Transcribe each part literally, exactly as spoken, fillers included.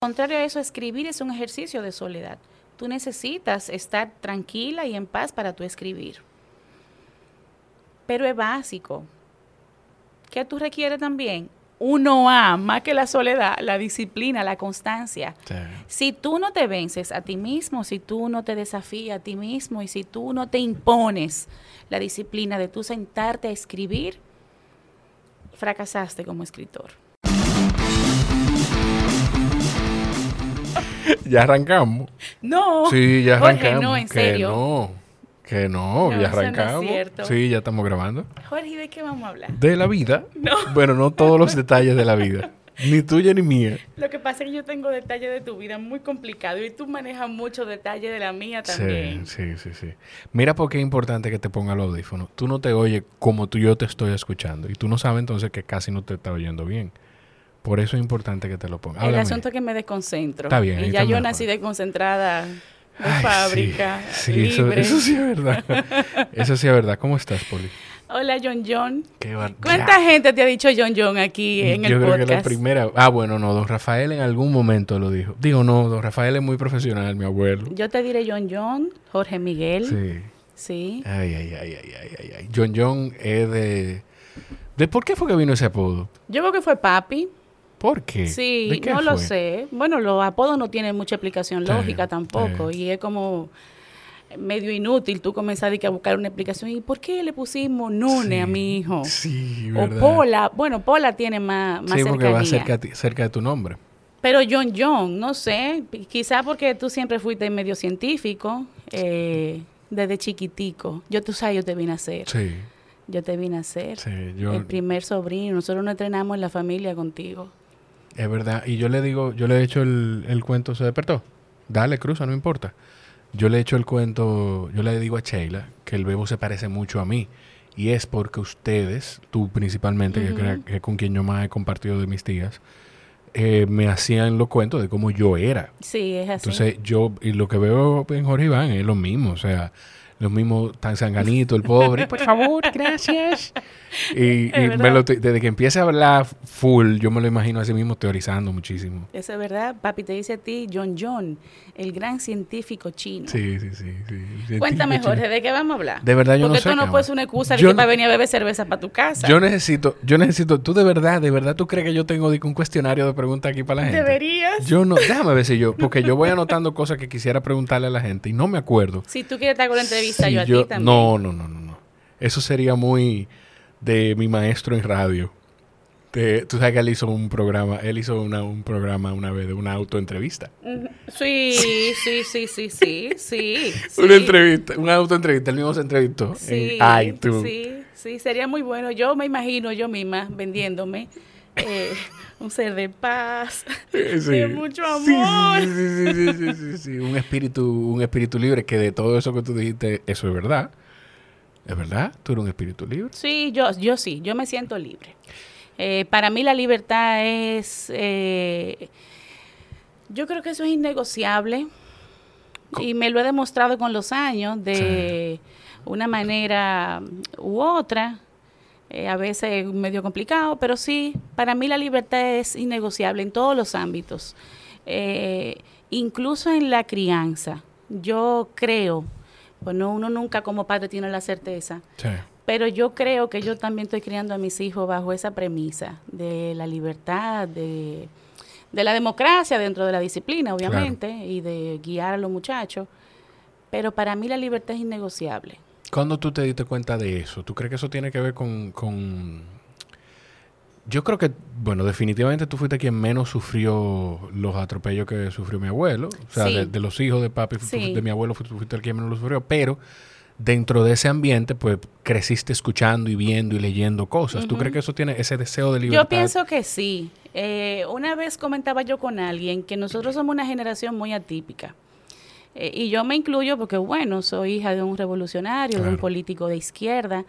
Contrario a eso, escribir es un ejercicio de soledad. Tú necesitas estar tranquila y en paz para tú escribir. Pero es básico. ¿Qué tú requieres también? Uno A, más que la soledad, la disciplina, la constancia. Sí. Si tú no te vences a ti mismo, si tú no te desafías a ti mismo y si tú no te impones la disciplina de tú sentarte a escribir, fracasaste como escritor. Ya arrancamos. No. Sí, ya arrancamos. Jorge, no, en serio. Que no, que no, no ya arrancamos. No es cierto. Sí, ya estamos grabando. Jorge, ¿de qué vamos a hablar? De la vida. No. Bueno, no todos los detalles de la vida. Ni tuya ni mía. Lo que pasa es que yo tengo detalles de tu vida muy complicados y tú manejas muchos detalles de la mía también. Sí, sí, sí, sí. Mira por qué es importante que te ponga el audífono. Tú no te oyes como tú yo te estoy escuchando y tú no sabes entonces que casi no te está oyendo bien. Por eso es importante que te lo pongas. El asunto es que me desconcentro. Está bien. Y ya yo mejor. nací desconcentrada de Ay, fábrica, sí, sí, libre. Eso, eso sí es verdad. Eso sí es verdad. ¿Cómo estás, Poli? Hola, John John. Qué bar... ¿Cuánta ya. gente te ha dicho John John aquí en yo el podcast? Yo creo que la primera... Ah, bueno, no. Don Rafael en algún momento lo dijo. Digo, no. Don Rafael es muy profesional, mi abuelo. Yo te diré John John, Jorge Miguel. Sí. Sí. Ay, ay, ay, ay, ay, ay, ay. John John es de... ¿De por qué fue que vino ese apodo? Yo creo que fue papi. ¿Por qué? Sí, ¿De qué no fue? lo sé. Bueno, los apodos no tienen mucha explicación sí, lógica tampoco. Sí. Y es como medio inútil tú comenzar a buscar una explicación. ¿Y por qué le pusimos Nune sí, a mi hijo? Sí, verdad. O Pola. Bueno, Pola tiene más, más sí, cercanía. Sí, porque va cerca, cerca de tu nombre. Pero John John, no sé. Quizá porque tú siempre fuiste medio científico eh, desde chiquitico. Yo, tú sabes, yo te vine a hacer. Sí. Yo te vine a hacer. Sí, yo... El primer sobrino. Nosotros nos entrenamos en la familia contigo. Es verdad. Y yo le digo, yo le he hecho el, el cuento, ¿se despertó? Dale, cruza, no importa. Yo le he hecho el cuento, yo le digo a Sheila que el bebo se parece mucho a mí. Y es porque ustedes, tú principalmente, uh-huh. que, que, que con quien yo más he compartido de mis tías, eh, me hacían los cuentos de cómo yo era. Sí, es así. Entonces yo, y lo que veo en Jorge Iván es lo mismo, o sea... Los mismos tan sanganito, el pobre. Por favor, gracias. Y, y me lo, desde que empiece a hablar full, yo me lo imagino así mismo teorizando muchísimo. Eso es verdad. Papi te dice a ti, John John, el gran científico chino. Sí, sí, sí. sí. Cuéntame, Jorge, ¿de qué vamos a hablar? De verdad yo Porque no sé. Porque tú no puedes una excusa de que para venir a beber cerveza para tu casa. Yo necesito, yo necesito, tú de verdad, de verdad, ¿tú crees que yo tengo un cuestionario de preguntas aquí para la gente? Deberías. Yo no, déjame ver si yo, porque yo voy anotando cosas que quisiera preguntarle a la gente y no me acuerdo. Si tú quieres estar con la entrevista, si yo a yo, ti también. No, no, no, no, no. Eso sería muy de mi maestro en radio. De, tú sabes que él hizo un programa, él hizo una, un programa una vez de una autoentrevista. Sí, sí, sí, sí, sí, sí. sí. Una entrevista, una autoentrevista, él mismo se entrevistó sí, en iTunes. Sí, sí, sería muy bueno. Yo me imagino yo misma vendiéndome eh, un ser de paz, sí. de mucho amor. Sí, sí, sí, sí, sí, sí, sí. Un espíritu, un espíritu libre, que de todo eso que tú dijiste, eso es verdad. ¿Es verdad? ¿Tú eres un espíritu libre? Sí, yo, yo sí, yo me siento libre. Eh, para mí la libertad es, eh, yo creo que eso es innegociable ¿Cómo? Y me lo he demostrado con los años de sí. una manera u otra, eh, a veces medio complicado, pero sí, para mí la libertad es innegociable en todos los ámbitos, eh, incluso en la crianza. Yo creo, bueno, uno nunca como padre tiene la certeza, sí. pero yo creo que yo también estoy criando a mis hijos bajo esa premisa de la libertad, de, de la democracia dentro de la disciplina, obviamente, claro. y de guiar a los muchachos. Pero para mí la libertad es innegociable. ¿Cuándo tú te diste cuenta de eso? ¿Tú crees que eso tiene que ver con, con... Yo creo que, bueno, definitivamente tú fuiste quien menos sufrió los atropellos que sufrió mi abuelo. O sea, sí. de, de los hijos de papi, sí. de mi abuelo, tú fuiste el quien menos lo sufrió, pero... Dentro de ese ambiente, pues, creciste escuchando y viendo y leyendo cosas. Uh-huh. ¿Tú crees que eso tiene ese deseo de libertad? Yo pienso que sí. Eh, una vez comentaba yo con alguien que nosotros somos una generación muy atípica. Eh, y yo me incluyo porque, bueno, soy hija de un revolucionario, claro. de un político de izquierda,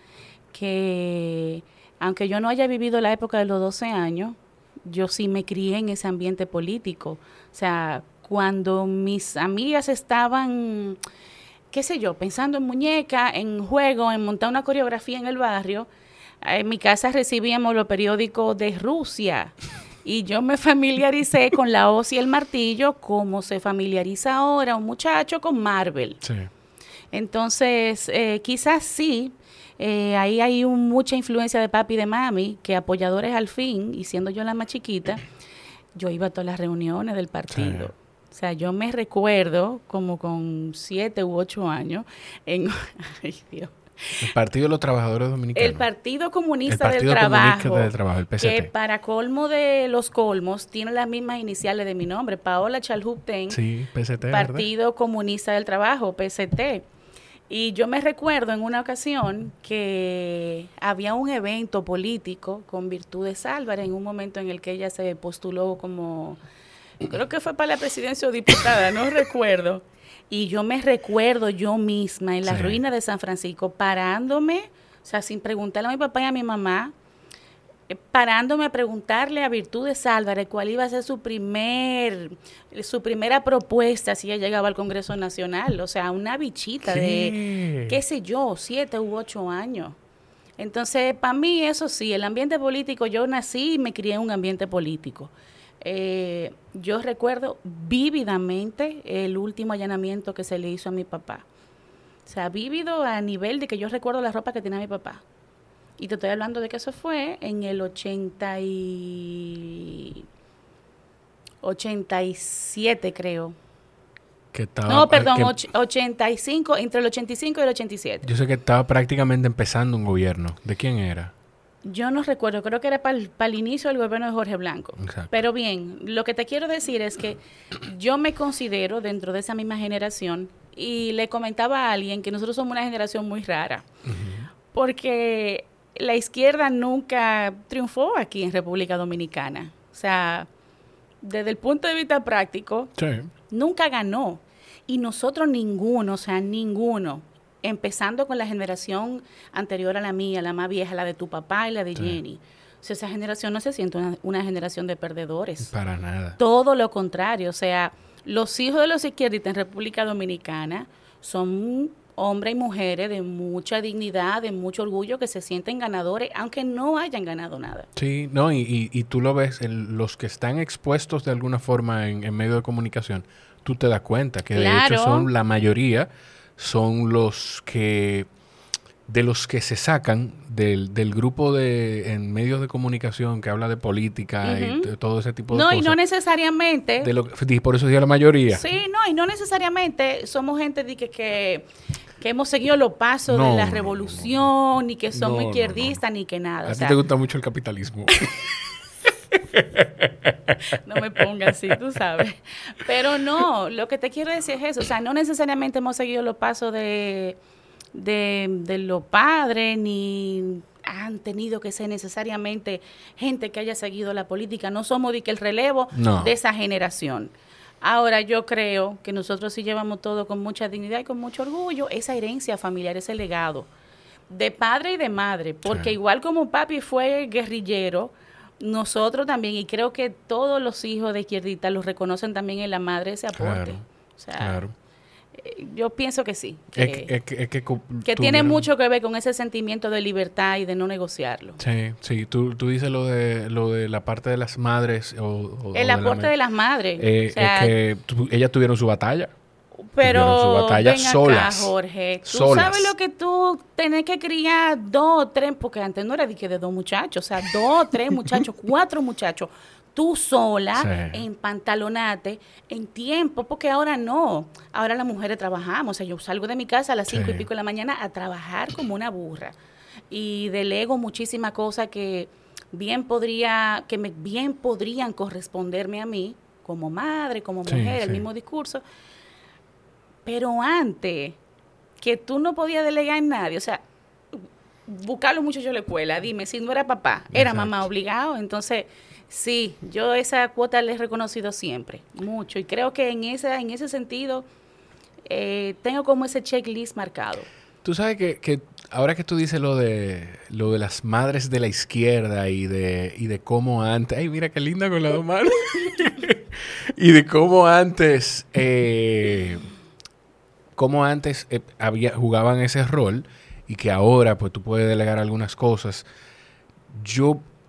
que aunque yo no haya vivido la época de los doce años, yo sí me crié en ese ambiente político. O sea, cuando mis amigas estaban... qué sé yo, pensando en muñeca, en juego, en montar una coreografía en el barrio, en mi casa recibíamos los periódicos de Rusia, Y yo me familiaricé con la hoz y el martillo como se familiariza ahora un muchacho con Marvel. Sí. Entonces, eh, quizás sí, eh, ahí hay un, mucha influencia de papi y de mami, que apoyadores al fin, y siendo yo la más chiquita, yo iba a todas las reuniones del partido. Sí. O sea, yo me recuerdo como con siete u ocho años en... Ay, Dios. El Partido de los Trabajadores Dominicanos. El Partido Comunista, el Partido del, Trabajo, Comunista del Trabajo, el P C T. Que para colmo de los colmos tiene las mismas iniciales de mi nombre, Paola Chalhupten. Sí, P C T, Partido ¿verdad? Comunista del Trabajo, P C T. Y yo me recuerdo en una ocasión que había un evento político con Virtudes Álvarez en un momento en el que ella se postuló como, creo que fue para la presidencia o diputada, no recuerdo. Y yo me recuerdo yo misma en la sí. ruina de San Francisco parándome, o sea, sin preguntarle a mi papá y a mi mamá, eh, parándome a preguntarle a Virtudes Álvarez cuál iba a ser su primer, su primera propuesta si ella llegaba al Congreso Nacional. O sea, una bichita ¿Qué? de, qué sé yo, siete u ocho años. Entonces, para mí, eso sí, el ambiente político, yo nací y me crié en un ambiente político. Eh, yo recuerdo vívidamente el último allanamiento que se le hizo a mi papá. O sea, vívido a nivel de que yo recuerdo la ropa que tenía mi papá. Y te estoy hablando de que eso fue en el ochenta y... ochenta y siete, creo. Que estaba, no, perdón, que, och- ochenta y cinco, entre el ochenta y cinco y el ochenta y siete. Yo sé que estaba prácticamente empezando un gobierno. ¿De quién era? Yo no recuerdo, creo que era para el inicio del gobierno de Jorge Blanco. Exacto. Pero bien, lo que te quiero decir es que yo me considero dentro de esa misma generación y le comentaba a alguien que nosotros somos una generación muy rara. Uh-huh. Porque la izquierda nunca triunfó aquí en República Dominicana. O sea, desde el punto de vista práctico, sí. nunca ganó. Y nosotros ninguno, o sea, ninguno. Empezando con la generación anterior a la mía, la más vieja, la de tu papá y la de sí. Jenny. O sea, esa generación no se siente una, una generación de perdedores. Para nada. Todo lo contrario. O sea, los hijos de los izquierdistas en República Dominicana son hombres y mujeres de mucha dignidad, de mucho orgullo, que se sienten ganadores, aunque no hayan ganado nada. Sí, no, y, y, y tú lo ves, en los que están expuestos de alguna forma en, en medio de comunicación, tú te das cuenta que claro. de hecho son la mayoría... son los que, de los que se sacan del, del grupo de en medios de comunicación que habla de política uh-huh. y de todo ese tipo de no, cosas. No, y no necesariamente. De lo, por eso digo la mayoría. Sí, no, y no necesariamente somos gente de que, que, que hemos seguido los pasos no, de la revolución, no, no. ni que somos no, izquierdistas, no, no. ni que nada. A o ti sea, te gusta mucho el capitalismo. No me pongas así, tú sabes. Pero no, lo que te quiero decir es eso. O sea, no necesariamente hemos seguido los pasos de, de, de los padres, ni han tenido que ser necesariamente gente que haya seguido la política. No somos de que el relevo no. de esa generación. Ahora yo creo que nosotros sí llevamos todo con mucha dignidad y con mucho orgullo, esa herencia familiar, ese legado de padre y de madre. Porque sí. igual como papi fue guerrillero, nosotros también, y creo que todos los hijos de izquierdistas los reconocen también en la madre ese aporte. Claro, o sea, claro. eh, yo pienso que sí. Que, es que, es que, es que, que tiene mucho que ver con ese sentimiento de libertad y de no negociarlo. Sí, sí. Tú, tú dices lo de lo de la parte de las madres. O, o, El o aporte de, la, de las madres. Eh, o sea, es que tu, ellas tuvieron su batalla. Pero su batalla ven solas, acá, Jorge, tú solas. sabes lo que tú tenés que criar dos o tres, porque antes no era de que de dos muchachos, o sea, dos, tres muchachos, cuatro muchachos, tú sola, sí. en pantalonate, en tiempo, porque ahora no, ahora las mujeres trabajamos, o sea, yo salgo de mi casa a las cinco sí. y pico de la mañana a trabajar como una burra, y delego muchísimas cosas que bien podría, que me, bien podrían corresponderme a mí, como madre, como mujer, sí, el sí. mismo discurso. Pero antes, que tú no podías delegar en nadie, o sea, buscar a los muchachos de la escuela, dime, si no era papá, era Exacto. mamá obligado, entonces, sí, yo esa cuota la he reconocido siempre, mucho, y creo que en ese, en ese sentido, eh, tengo como ese checklist marcado. Tú sabes que, que ahora que tú dices lo de lo de las madres de la izquierda y de, y de cómo antes, ay, mira qué linda con las dos manos, y de cómo antes... Eh, como antes eh, había, jugaban ese rol y que ahora pues tú puedes delegar algunas cosas. Yo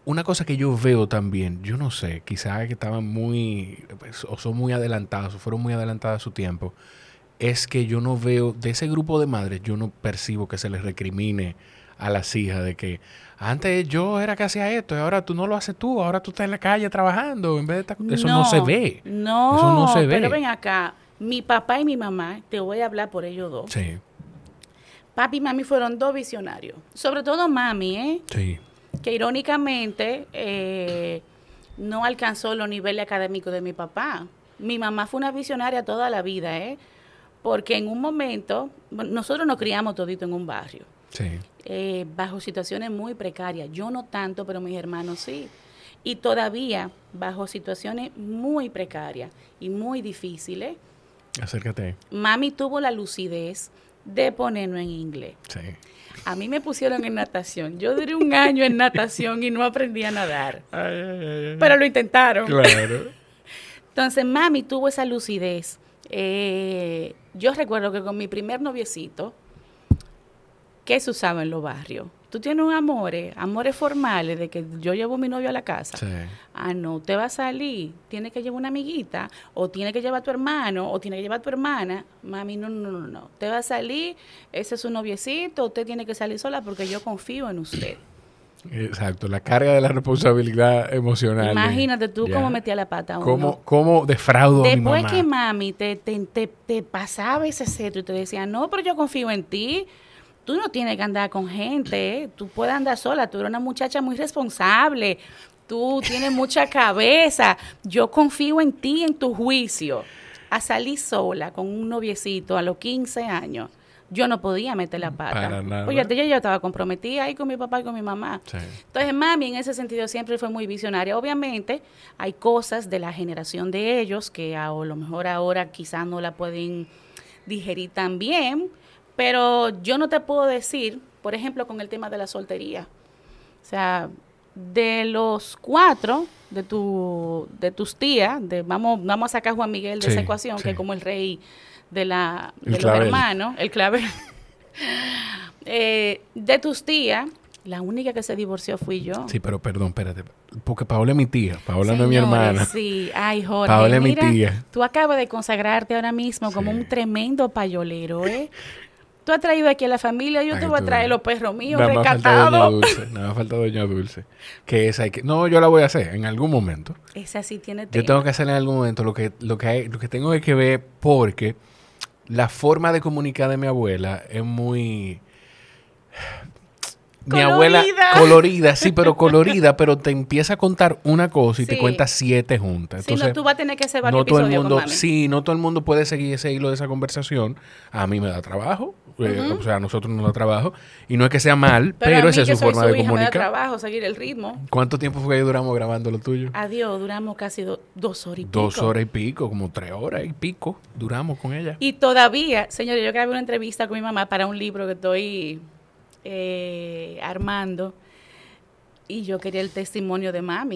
una cosa que yo veo también, yo no sé, quizás que estaban muy, pues, o son muy adelantadas, o fueron muy adelantadas a su tiempo, es que yo no veo, de ese grupo de madres, yo no percibo que se les recrimine a las hijas de que antes yo era que hacía esto y ahora tú no lo haces tú, ahora tú estás en la calle trabajando, en vez de estar... Eso no, no se ve. No, eso no se ve. Pero ven acá, mi papá y mi mamá, te voy a hablar por ellos dos. Sí. Papi y mami fueron dos visionarios, sobre todo mami, ¿eh? Sí. Que irónicamente eh, no alcanzó los niveles académicos de mi papá. Mi mamá fue una visionaria toda la vida, ¿eh? Porque en un momento, nosotros nos criamos todito en un barrio, sí. eh, bajo situaciones muy precarias. Yo no tanto, pero mis hermanos sí. Y todavía bajo situaciones muy precarias y muy difíciles. Acércate. Mami tuvo la lucidez de ponernos en inglés. Sí. A mí me pusieron en natación. Yo duré un año en natación y no aprendí a nadar. Ay, ay, ay. Pero lo intentaron. Claro. Entonces, mami tuvo esa lucidez. Eh, yo recuerdo que con mi primer noviecito, ¿qué se usaba en los barrios? Tú tienes un amores, amores formales, de que yo llevo a mi novio a la casa. Sí. Ah, no, te va a salir, tiene que llevar una amiguita, o tiene que llevar a tu hermano, o tiene que llevar a tu hermana. Mami, no, no, no, no. Te va a salir, ese es su noviecito, usted tiene que salir sola porque yo confío en usted. Exacto, la carga de la responsabilidad emocional. Imagínate tú ya. Cómo metía la pata a uno. ¿Cómo, cómo defraudo a mi mamá? Después que mami te, te, te, te pasaba ese cetro y te decía, no, pero yo confío en ti. Tú no tienes que andar con gente, ¿eh? Tú puedes andar sola, tú eres una muchacha muy responsable, tú tienes mucha cabeza, yo confío en ti, en tu juicio. A salir sola con un noviecito a los quince años, yo no podía meter la pata. Para nada. Oye, yo, yo estaba comprometida ahí con mi papá y con mi mamá. Sí. Entonces, mami en ese sentido siempre fue muy visionaria. Obviamente, hay cosas de la generación de ellos que a, a lo mejor ahora quizás no la pueden digerir tan bien, pero yo no te puedo decir, por ejemplo, con el tema de la soltería. O sea, de los cuatro de tu de tus tías, de, vamos vamos a sacar a Juan Miguel de sí, esa ecuación, sí. Que es como el rey de, la, de los hermanos, el clavel. eh, de tus tías, la única que se divorció fui yo. Sí, pero perdón, espérate. Porque Paola es mi tía. Paola Señores, no es mi hermana. Sí, ay, Jorge. Paola es mi mira, tía. Tú acabas de consagrarte ahora mismo sí. como un tremendo payolero, ¿eh? Tú has traído aquí a la familia, yo Ay, te voy a traer los perros míos nada rescatados. Nada más falta Doña Dulce, nada más falta Doña Dulce. Que esa hay que... No, yo la voy a hacer en algún momento. Esa sí tiene tema. Yo tengo que hacer en algún momento lo que, lo que, hay, lo que tengo que ver porque la forma de comunicar de mi abuela es muy... Mi colorida. abuela colorida, sí, pero colorida, pero te empieza a contar una cosa y sí. te cuenta siete juntas. Entonces, sí, no, tú vas a tener que hacer varios no todo el episodios mundo, con mami. Sí, no todo el mundo puede seguir ese hilo de esa conversación. A mí me da trabajo, uh-huh. eh, o sea, a nosotros nos da trabajo. Y no es que sea mal, pero, pero esa es su forma su de hija, comunicar. Me da trabajo seguir el ritmo. ¿Cuánto tiempo fue que duramos grabando lo tuyo? Adiós, duramos casi do, dos horas y pico. Dos horas y pico, como tres horas y pico duramos con ella. Y todavía, señores, yo grabé una entrevista con mi mamá para un libro que estoy... Eh, armando y yo quería el testimonio de mami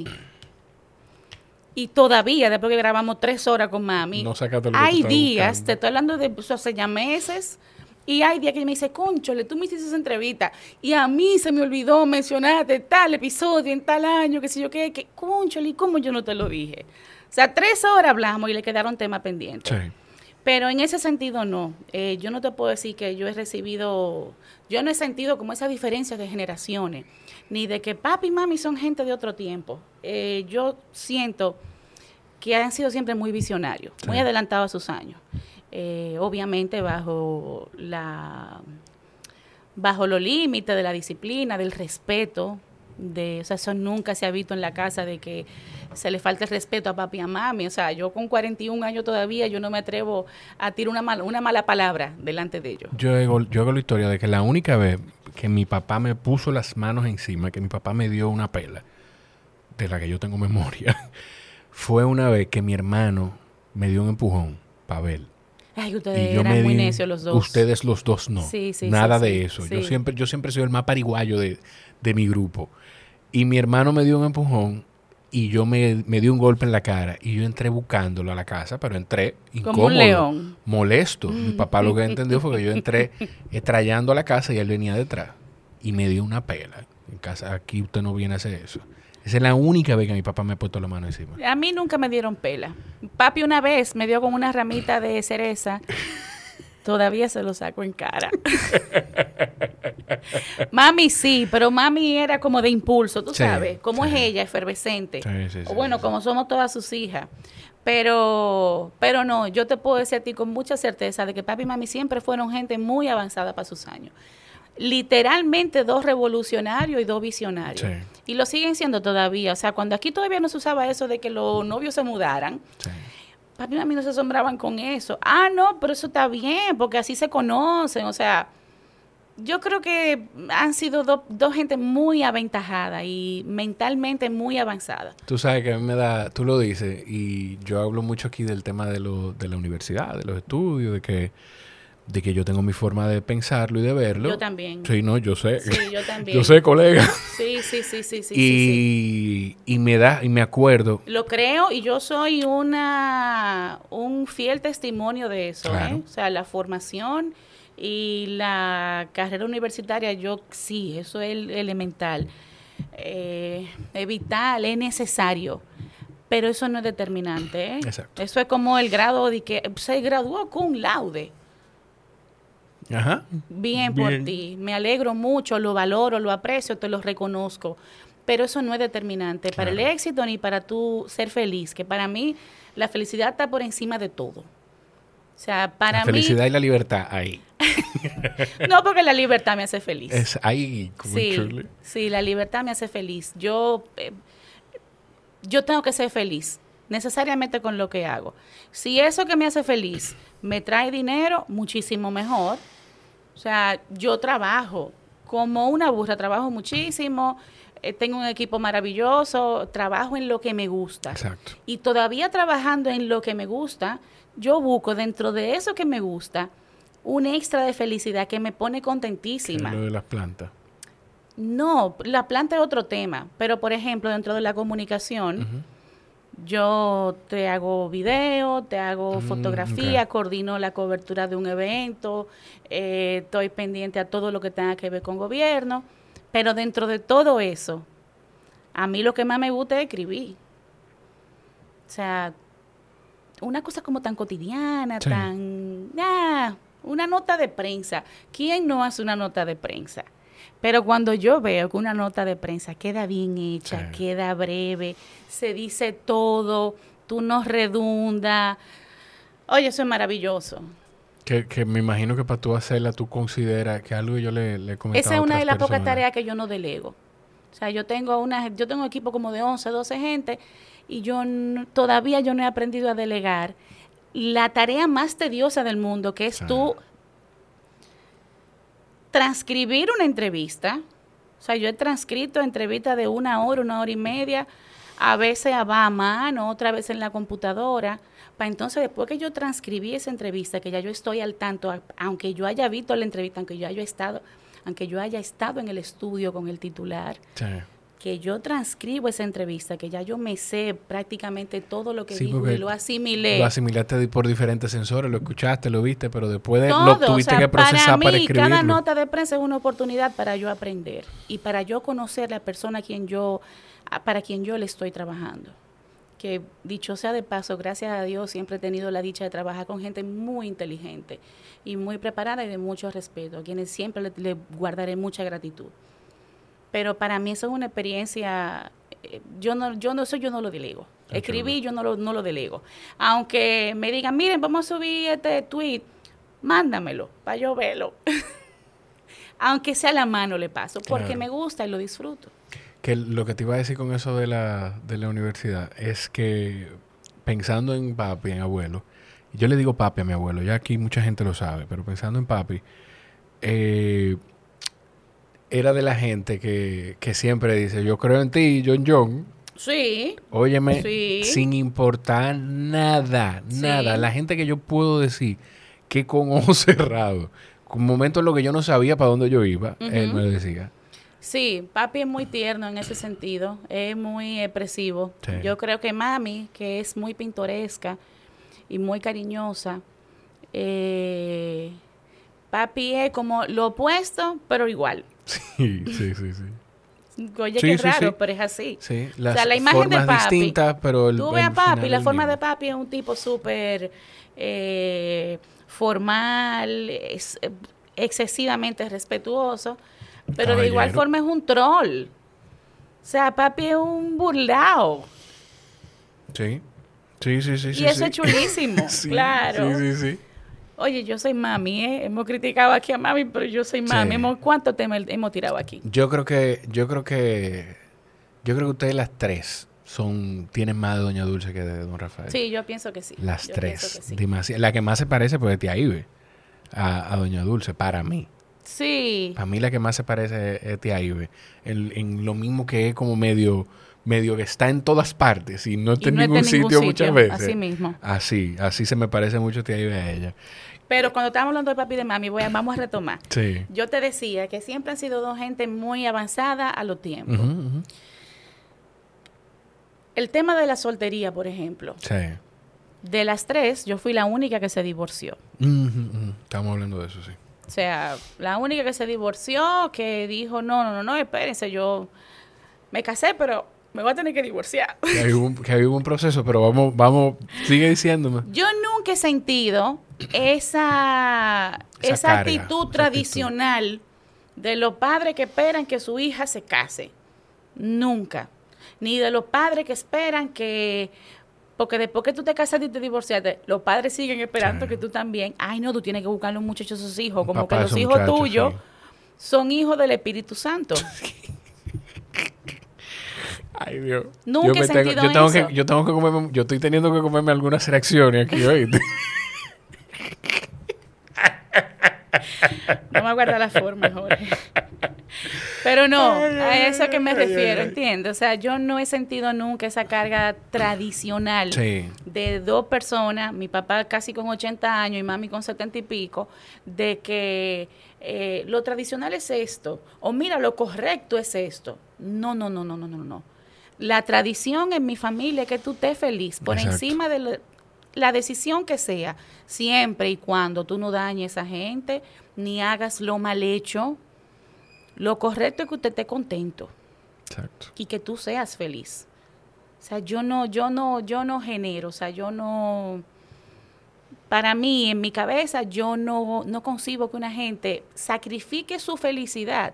y todavía después que grabamos tres horas con mami no sacaste lo hay que días, buscando. Te estoy hablando de pues, hace ya meses y hay días que me dice, cónchole, tú me hiciste esa entrevista y a mí se me olvidó mencionarte tal episodio en tal año, que sé yo qué, que cónchole, ¿y cómo yo no te lo dije? O sea, tres horas hablamos y le quedaron temas pendientes. Sí. Pero en ese sentido no. Eh, yo no te puedo decir que yo he recibido, yo no he sentido como esa diferencia de generaciones, ni de que papi y mami son gente de otro tiempo. Eh, yo siento que han sido siempre muy visionarios, sí. muy adelantados a sus años. Eh, obviamente bajo la bajo los límites de la disciplina, del respeto. De, o sea, eso nunca se ha visto en la casa de que se le falta el respeto a papi y a mami. O sea, yo con cuarenta y un años todavía yo no me atrevo a tirar una mala, una mala palabra delante de ellos. Yo hago, yo hago la historia de que la única vez que mi papá me puso las manos encima, que mi papá me dio una pela, de la que yo tengo memoria, fue una vez que mi hermano me dio un empujón, Pavel. Ay, ustedes eran muy necios los dos. Ustedes los dos no. Sí, sí, Nada sí, de sí, eso. Sí. Yo siempre, yo siempre soy el más pariguayo de, de mi grupo. Y mi hermano me dio un empujón y yo me, me di un golpe en la cara y yo entré buscándolo a la casa, pero entré incómodo, como un león, molesto. Mi papá lo que entendió fue que yo entré estrellando a la casa y él venía detrás y me dio una pela. En casa, aquí usted no viene a hacer eso. Esa es la única vez que mi papá me ha puesto la mano encima. A mí nunca me dieron pela. Papi una vez me dio con una ramita de cereza. Todavía se lo saco en cara. Mami sí, pero mami era como de impulso, tú sí, sabes. Como sí. es ella, efervescente. Sí, sí, o bueno, sí, como sí. somos todas sus hijas. Pero, pero no, yo te puedo decir a ti con mucha certeza de que papi y mami siempre fueron gente muy avanzada para sus años. Literalmente dos revolucionarios y dos visionarios. Sí. Y lo siguen siendo todavía. O sea, cuando aquí todavía no se usaba eso de que los novios se mudaran, sí. papi y mami no se asombraban con eso. Ah, no, pero eso está bien, porque así se conocen. O sea, yo creo que han sido do, dos gente muy aventajada y mentalmente muy avanzada. Tú sabes que a mí me da, tú lo dices, y yo hablo mucho aquí del tema de, lo, de la universidad, de los estudios, de que de que yo tengo mi forma de pensarlo y de verlo. Yo también. Sí, no, yo sé. Sí, yo también. Yo sé, colega. Sí, sí, sí, sí, sí. Y, sí, sí. y me da, y me acuerdo. Lo creo y yo soy una un fiel testimonio de eso, claro. ¿eh? O sea, la formación y la carrera universitaria, yo sí, eso es el, elemental. Eh, es vital, es necesario. Pero eso no es determinante, ¿eh? Exacto. Eso es como el grado de que se graduó con laude. Ajá. Bien por Bien. ti, me alegro mucho, lo valoro, lo aprecio, te lo reconozco, pero eso no es determinante claro. para el éxito ni para tú ser feliz, que para mí la felicidad está por encima de todo. O sea, para la felicidad mí, y la libertad, ahí. No, porque la libertad me hace feliz. Es ahí. Como sí, sí, la libertad me hace feliz. Yo, eh, yo tengo que ser feliz, necesariamente con lo que hago. Si eso que me hace feliz me trae dinero, muchísimo mejor. O sea, yo trabajo como una burra, trabajo muchísimo, eh, tengo un equipo maravilloso, trabajo en lo que me gusta. Exacto. Y todavía trabajando en lo que me gusta, yo busco dentro de eso que me gusta un extra de felicidad que me pone contentísima. Lo de las plantas. No, la planta es otro tema, pero por ejemplo, dentro de la comunicación, uh-huh. yo te hago video, te hago mm, fotografía, okay. coordino la cobertura de un evento, eh, estoy pendiente a todo lo que tenga que ver con gobierno, pero dentro de todo eso, a mí lo que más me gusta es escribir. O sea, una cosa como tan cotidiana, sí. tan... Ah, una nota de prensa. ¿Quién no hace una nota de prensa? Pero cuando yo veo que una nota de prensa queda bien hecha, sí. queda breve, se dice todo, tú no redunda. Oye, eso es maravilloso. Que, que me imagino que para tú hacerla, tú consideras que algo que yo le, le he comentado Esa es una a de las personas. pocas tareas que yo no delego. O sea, yo tengo una, yo tengo un equipo como de once, doce gente y yo no, todavía yo no he aprendido a delegar la tarea más tediosa del mundo, que es sí. tú transcribir una entrevista. O sea, yo he transcrito entrevistas de una hora, una hora y media, a veces va a mano, otra vez en la computadora, para entonces después que yo transcribí esa entrevista, que ya yo estoy al tanto, aunque yo haya visto la entrevista, aunque yo haya estado, aunque yo haya estado en el estudio con el titular, sí. que yo transcribo esa entrevista, que ya yo me sé prácticamente todo lo que sí, dijo y lo asimilé. Lo asimilaste por diferentes sensores, lo escuchaste, lo viste, pero después de, lo tuviste o sea, que procesar para, mí, para escribirlo. Cada nota de prensa es una oportunidad para yo aprender y para yo conocer la persona a quien yo, para quien yo le estoy trabajando. Que dicho sea de paso, gracias a Dios siempre he tenido la dicha de trabajar con gente muy inteligente y muy preparada y de mucho respeto, a quienes siempre le, le guardaré mucha gratitud. Pero para mí eso es una experiencia, eh, yo no yo no soy yo no lo delego. Escribí, yo no lo, no lo delego. Aunque me digan, miren, vamos a subir este tweet, mándamelo para yo verlo. Aunque sea a la mano le paso, porque claro. me gusta y lo disfruto. Que lo que te iba a decir con eso de la, de la universidad es que pensando en papi, en abuelo, yo le digo papi a mi abuelo, ya aquí mucha gente lo sabe, pero pensando en papi, eh, era de la gente que, que siempre dice, yo creo en ti, John John. Sí. Óyeme, sí. sin importar nada, sí. nada. La gente que yo puedo decir que con ojos cerrados, con momentos en los que yo no sabía para dónde yo iba, uh-huh. él me decía. Sí, papi es muy tierno en ese sentido, es muy expresivo. Sí. Yo creo que mami, que es muy pintoresca y muy cariñosa, eh, papi es como lo opuesto, pero igual. Sí, sí, sí, sí. Oye, sí, qué sí, raro, sí. pero es así. Sí, las o sea, la imagen formas de papi, distintas, pero el, tú ves el a papi, final la es el forma mismo. de papi es un tipo súper eh, formal, es, eh, excesivamente respetuoso, pero de igual Caballero. forma es un troll. O sea, papi es un burlao. Sí. Sí, sí, sí, Y sí, eso sí. es chulísimo, sí, claro. sí, sí, sí. Oye, yo soy mami, ¿eh? Hemos criticado aquí a mami, pero yo soy mami. Sí. Hemos, ¿cuántos temas hemos tirado aquí? Yo creo que, yo creo que, yo creo que ustedes las tres son, tienen más de Doña Dulce que de Don Rafael. Sí, yo pienso que sí. Las yo tres. pienso que sí. Demasi- la que más se parece, pues, es Tía Ibe a, a Doña Dulce, para mí. Sí. Para mí la que más se parece es, es Tía Ibe. En, en lo mismo que es como medio, medio que está en todas partes y no está Y en no está ningún, en sitio, ningún sitio, muchas veces. así mismo. Así, así se me parece mucho Tía Ibe a ella. Pero cuando estamos hablando de papi y de mami, voy a, vamos a retomar. Sí. Yo te decía que siempre han sido dos gente muy avanzada a los tiempos. Ujú, ujú. El tema de la soltería, por ejemplo. Sí. De las tres, yo fui la única que se divorció. Ujú, ujú. Estamos hablando de eso, sí. O sea, la única que se divorció, que dijo, no, no, no, no, espérense, yo me casé, pero me voy a tener que divorciar. Que hay un, que hay un proceso, pero vamos, vamos, sigue diciéndome. Yo nunca he sentido esa, Esa esa carga, actitud esa tradicional de los padres que esperan que su hija se case. Nunca. Ni de los padres que esperan que... Porque después que tú te casaste y te divorciaste, los padres siguen esperando Sí. que tú también... Ay, no, tú tienes que buscarle un muchacho a sus hijos. Un Como papá que de los esos hijos muchachos, tuyos sí. son hijos del Espíritu Santo. Ay, Dios. Nunca yo he me tengo, sentido yo tengo eso. que, yo tengo que comerme, yo estoy teniendo que comerme algunas reacciones aquí, ¿oíste? Vamos a guardar la forma, Jorge. Pero no, a eso que me refiero, ¿entiendes? O sea, yo no he sentido nunca esa carga tradicional Sí. de dos personas, mi papá casi con ochenta años y mami con setenta y pico, de que eh, lo tradicional es esto, o mira, lo correcto es esto. No, no, no, no, no, no, no. La tradición en mi familia es que tú estés feliz por Exacto. encima de la, la decisión que sea, siempre y cuando tú no dañes a gente, ni hagas lo mal hecho. Lo correcto es que usted esté contento Exacto. y que tú seas feliz. O sea, yo no, yo no, yo no genero, o sea, yo no, para mí, en mi cabeza, yo no, no concibo que una gente sacrifique su felicidad.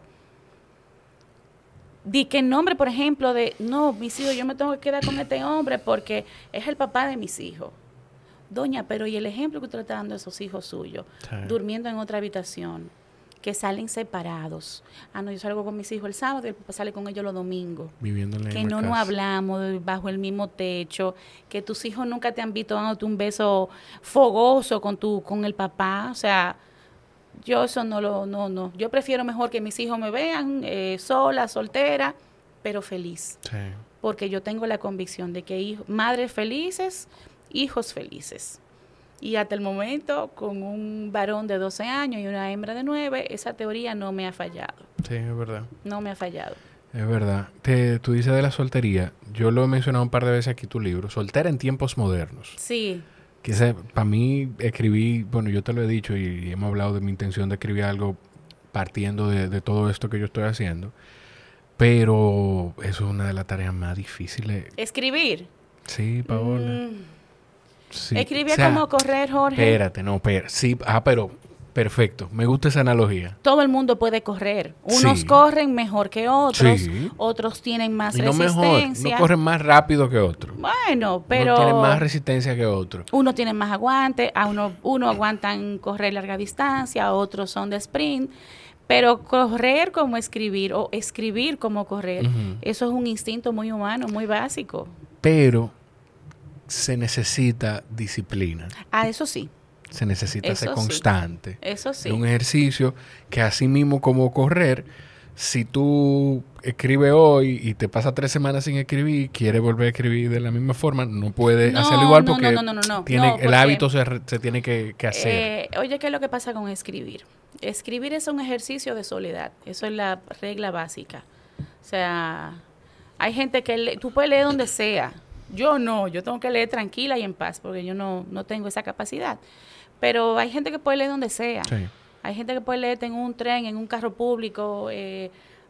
Di que en nombre, por ejemplo, de, no, mis hijos, yo me tengo que quedar con este hombre porque es el papá de mis hijos. Doña, pero ¿y el ejemplo que usted le está dando a esos hijos suyos? Sí. Durmiendo en otra habitación, que salen separados. Ah, no, yo salgo con mis hijos el sábado y el papá sale con ellos los domingos. Viviendo en la Que misma no nos casa. hablamos bajo el mismo techo, que tus hijos nunca te han visto dándote un beso fogoso con tu, con el papá. O sea, yo eso no lo, no, no. Yo prefiero mejor que mis hijos me vean eh, sola, soltera, pero feliz. Sí. Porque yo tengo la convicción de que hijo, madres felices, hijos felices. Y hasta el momento, con un varón de doce años y una hembra de nueve, esa teoría no me ha fallado. Sí, es verdad. No me ha fallado. Es verdad. Te, tú dices de la soltería. Yo lo he mencionado un par de veces aquí en tu libro. Soltera en tiempos modernos. Sí, Que para mí escribí, bueno, yo te lo he dicho y, y hemos hablado de mi intención de escribir algo partiendo de, de todo esto que yo estoy haciendo. Pero eso es una de las tareas más difíciles. escribir. Sí, Paola. Mm, Sí. escribir O sea, como correr, Jorge. Espérate, no, espérate. Sí, ah, pero perfecto. Me gusta esa analogía. Todo el mundo puede correr. Unos Sí. corren mejor que otros, Sí. otros tienen más Y no mejor, resistencia. no corren más rápido que otro. Bueno, pero Uno tiene más resistencia que otro. uno tiene más aguante, a uno, uno aguantan correr larga distancia, otros son de sprint. Pero correr como escribir o escribir como correr, Ujú. eso es un instinto muy humano, muy básico. Pero se necesita disciplina. Ah, eso sí, Se necesita Eso ser sí. constante. eso sí. Es un ejercicio que así mismo como correr, si tú escribes hoy y te pasas tres semanas sin escribir, quieres volver a escribir de la misma forma, no puedes No, hacerlo igual no, porque no, no, no, no, tiene, no, el porque, hábito se, re- se tiene que, que hacer. Eh, oye, ¿qué es lo que pasa con escribir? Escribir es un ejercicio de soledad. Eso es la regla básica. O sea, hay gente que le, tú puedes leer donde sea. Yo no, yo tengo que leer tranquila y en paz porque yo no, no tengo esa capacidad. Pero hay gente que puede leer donde sea. Sí. Hay gente que puede leerte en un tren, en un carro público, eh,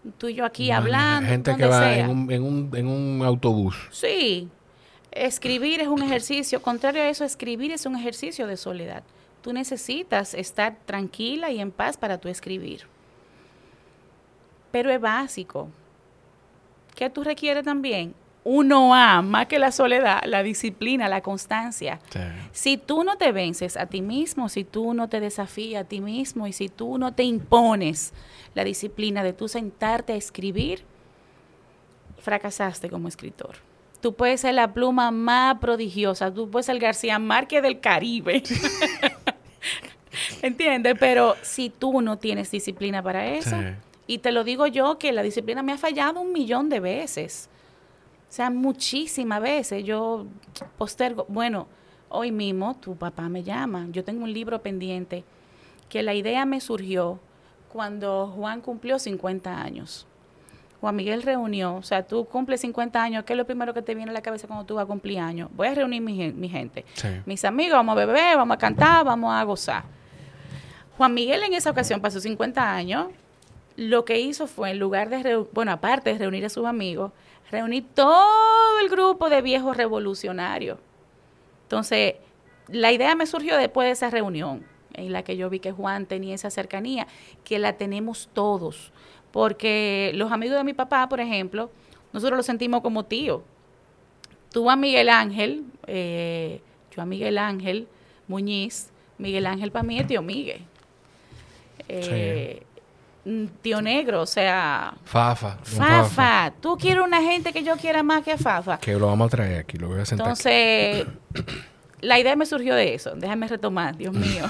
tú y yo aquí no, hablando. Gente que va en un, en, un, en un autobús. Sí. Escribir es un ejercicio. Contrario a eso, escribir es un ejercicio de soledad. Tú necesitas estar tranquila y en paz para tú escribir. Pero es básico. ¿Qué tú requieres también? Uno A, más que la soledad, la disciplina, la constancia. Sí. Si tú no te vences a ti mismo, si tú no te desafías a ti mismo y si tú no te impones la disciplina de tú sentarte a escribir, fracasaste como escritor. Tú puedes ser la pluma más prodigiosa, tú puedes ser el García Márquez del Caribe. ¿Entiendes? Pero si tú no tienes disciplina para eso, sí. Y te lo digo yo que la disciplina me ha fallado un millón de veces. O sea, muchísimas veces yo postergo. Bueno, hoy mismo tu papá me llama. Yo tengo un libro pendiente que la idea me surgió cuando Juan cumplió cincuenta años. Juan Miguel reunió, o sea, tú cumples cincuenta años, ¿qué es lo primero que te viene a la cabeza cuando tú vas a cumplir años? Voy a reunir mi, mi gente, sí. Mis amigos, vamos a beber, vamos a cantar, vamos a gozar. Juan Miguel en esa ocasión pasó cincuenta años. Lo que hizo fue, en lugar de, reu- bueno, aparte de reunir a sus amigos, reunir todo el grupo de viejos revolucionarios. Entonces, la idea me surgió después de esa reunión, en la que yo vi que Juan tenía esa cercanía, que la tenemos todos. Porque los amigos de mi papá, por ejemplo, nosotros los sentimos como tíos. Tú a Miguel Ángel, eh, yo a Miguel Ángel Muñiz, Miguel Ángel para mí es tío Miguel. Eh, sí. Tío Negro, o sea... Fafa. Fafa. Fafa. Tú quieres una gente que yo quiera más que Fafa. Que lo vamos a traer aquí, lo voy a sentar. Entonces, aquí. La idea me surgió de eso. Déjame retomar, Dios mío.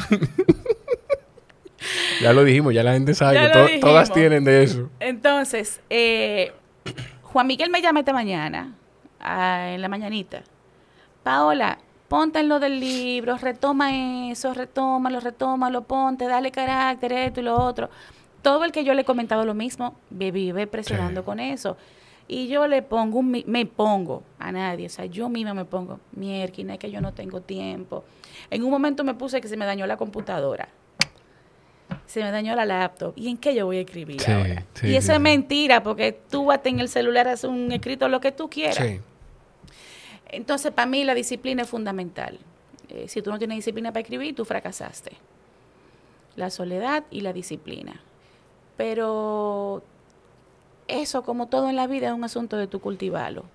Ya lo dijimos, ya la gente sabe ya que to- todas tienen de eso. Entonces, eh, Juan Miguel me llama esta mañana, a, en la mañanita. Paola, ponte en lo del libro, retoma eso, retómalo, retómalo, ponte, dale carácter, esto y lo otro. Todo el que yo le he comentado lo mismo, me vive presionando sí. con eso. Y yo le pongo, un, me pongo a nadie, o sea, yo misma me pongo, mierda, es que yo no tengo tiempo. En un momento me puse que se me dañó la computadora. Se me dañó la laptop. ¿Y en qué yo voy a escribir sí, ahora? Sí, y eso sí, es sí. mentira, porque tú vas en el celular, haces un escrito, lo que tú quieras. Sí. Entonces, para mí la disciplina es fundamental. Eh, si tú no tienes disciplina para escribir, tú fracasaste. La soledad y la disciplina. Pero eso, como todo en la vida, es un asunto de tú cultivarlo.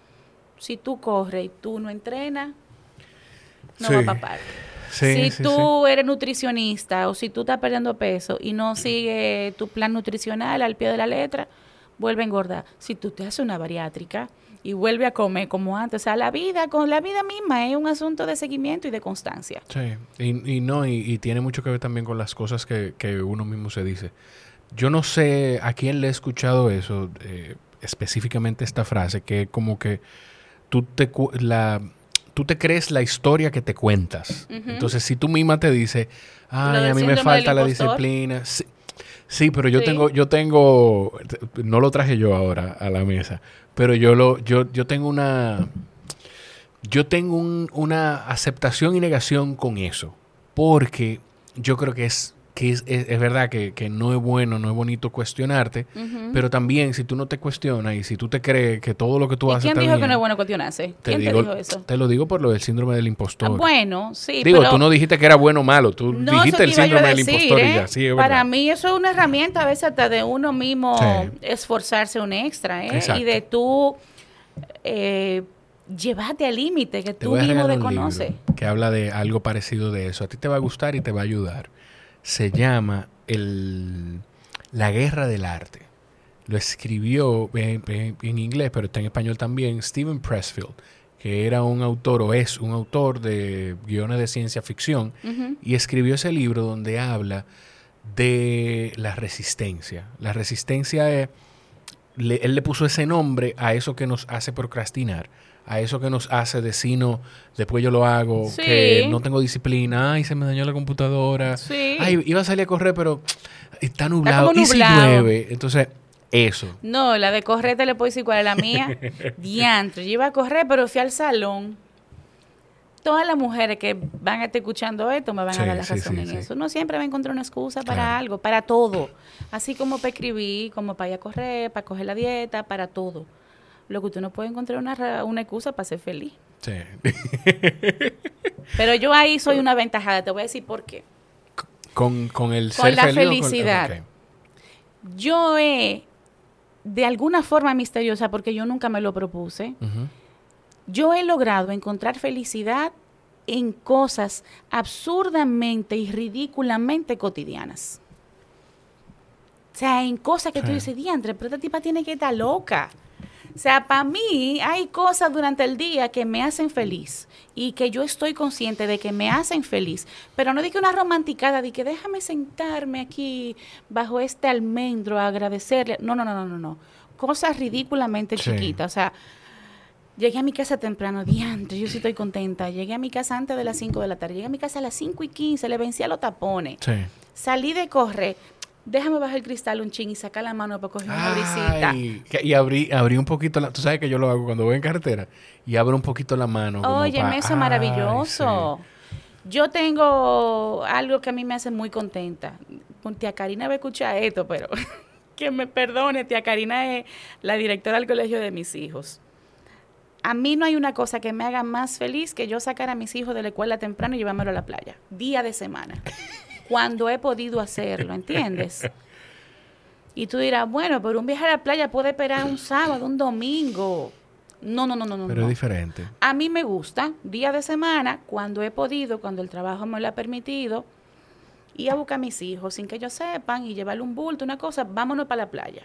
Si tú corres y tú no entrenas, no sí. va a papar. Sí, si sí, tú sí. eres nutricionista o si tú estás perdiendo peso y no sigues tu plan nutricional al pie de la letra, vuelve a engordar. Si tú te haces una bariátrica y vuelve a comer como antes, o sea, la vida, con la vida misma es un asunto de seguimiento y de constancia. Sí, y, y no, y, y tiene mucho que ver también con las cosas que, que uno mismo se dice. Yo no sé a quién le he escuchado eso, eh, específicamente esta frase, que como que tú te, la, tú te crees la historia que te cuentas. Uh-huh. Entonces, si tú misma te dices, ay, a mí me falta la disciplina. Sí, sí pero yo sí. tengo, yo tengo, no lo traje yo ahora a la mesa, pero yo lo, yo, yo tengo una, yo tengo un, una aceptación y negación con eso, porque yo creo que es que es, es, es verdad que, que no es bueno, no es bonito cuestionarte, uh-huh. pero también si tú no te cuestionas y si tú te crees que todo lo que tú ¿Y haces quién está dijo bien, que no es bueno cuestionarse? ¿Quién te, digo, te dijo eso? Te lo digo por lo del síndrome del impostor. Ah, bueno, sí, Digo, pero tú no dijiste que era bueno o malo, tú no dijiste el síndrome decir, del impostor ¿eh? y ya. Sí, es Para verdad. mí eso es una herramienta a veces hasta de uno mismo sí. esforzarse un extra, ¿eh? Exacto. Y de tú eh, llevarte al límite que te tú mismo desconoces. Que habla de algo parecido de eso. A ti te va a gustar y te va a ayudar. Se llama el, La Guerra del Arte. Lo escribió en, en, en inglés, pero está en español también, Steven Pressfield, que era un autor o es un autor de guiones de ciencia ficción, uh-huh. y escribió ese libro donde habla de la resistencia. La resistencia es, le, él le puso ese nombre a eso que nos hace procrastinar, a eso que nos hace decir no, después yo lo hago, sí. que no tengo disciplina, ay, se me dañó la computadora, sí. ay, iba a salir a correr, pero está nublado, está nublado. Y si llueve, entonces, eso. No, la de correr te le puedo decir cuál es la mía, diantre, yo iba a correr, pero fui al salón, todas las mujeres que van a estar escuchando esto me van sí, a dar la razón sí, sí, en sí. eso. Uno siempre va a encontrar una excusa para claro. algo, para todo. Así como para escribir, como para ir a correr, para coger la dieta, para todo. Lo que tú no puedes encontrar una, una excusa para ser feliz. Sí. Pero yo ahí soy una aventajada. Te voy a decir por qué. Con, con el con ser la feliz felicidad. Con, okay. Yo he, de alguna forma misteriosa, porque yo nunca me lo propuse, uh-huh. yo he logrado encontrar felicidad en cosas absurdamente y ridículamente cotidianas. O sea, en cosas que sí. tú dices, diantre, pero esta tipa tiene que estar loca. O sea, para mí hay cosas durante el día que me hacen feliz y que yo estoy consciente de que me hacen feliz. Pero no digo una romanticada de que déjame sentarme aquí bajo este almendro a agradecerle. No, no, no, no, no, no. Cosas ridículamente sí. chiquitas. O sea, llegué a mi casa temprano, diantre, yo sí estoy contenta. Llegué a mi casa antes de las cinco de la tarde. Llegué a mi casa a las cinco y quince, le vencí a los tapones. Sí. Salí de correr. Déjame bajar el cristal un chin y sacar la mano para coger una brisita. Ay, y abrí, abrí un poquito la... Tú sabes que yo lo hago cuando voy en carretera. Y abro un poquito la mano. Oye, pa, eso es maravilloso. Sí. Yo tengo algo que a mí me hace muy contenta. Con tía Karina va a escuchar esto, pero que me perdone. Tía Karina es la directora del colegio de mis hijos. A mí no hay una cosa que me haga más feliz que yo sacar a mis hijos de la escuela temprano y llevármelo a la playa. Día de semana. Cuando he podido hacerlo, ¿entiendes? Y tú dirás, bueno, pero un viaje a la playa puede esperar un sábado, un domingo. No, no, no, no. Pero no. es diferente. A mí me gusta, día de semana, cuando he podido, cuando el trabajo me lo ha permitido, ir a buscar a mis hijos sin que ellos sepan y llevarle un bulto, una cosa, vámonos para la playa.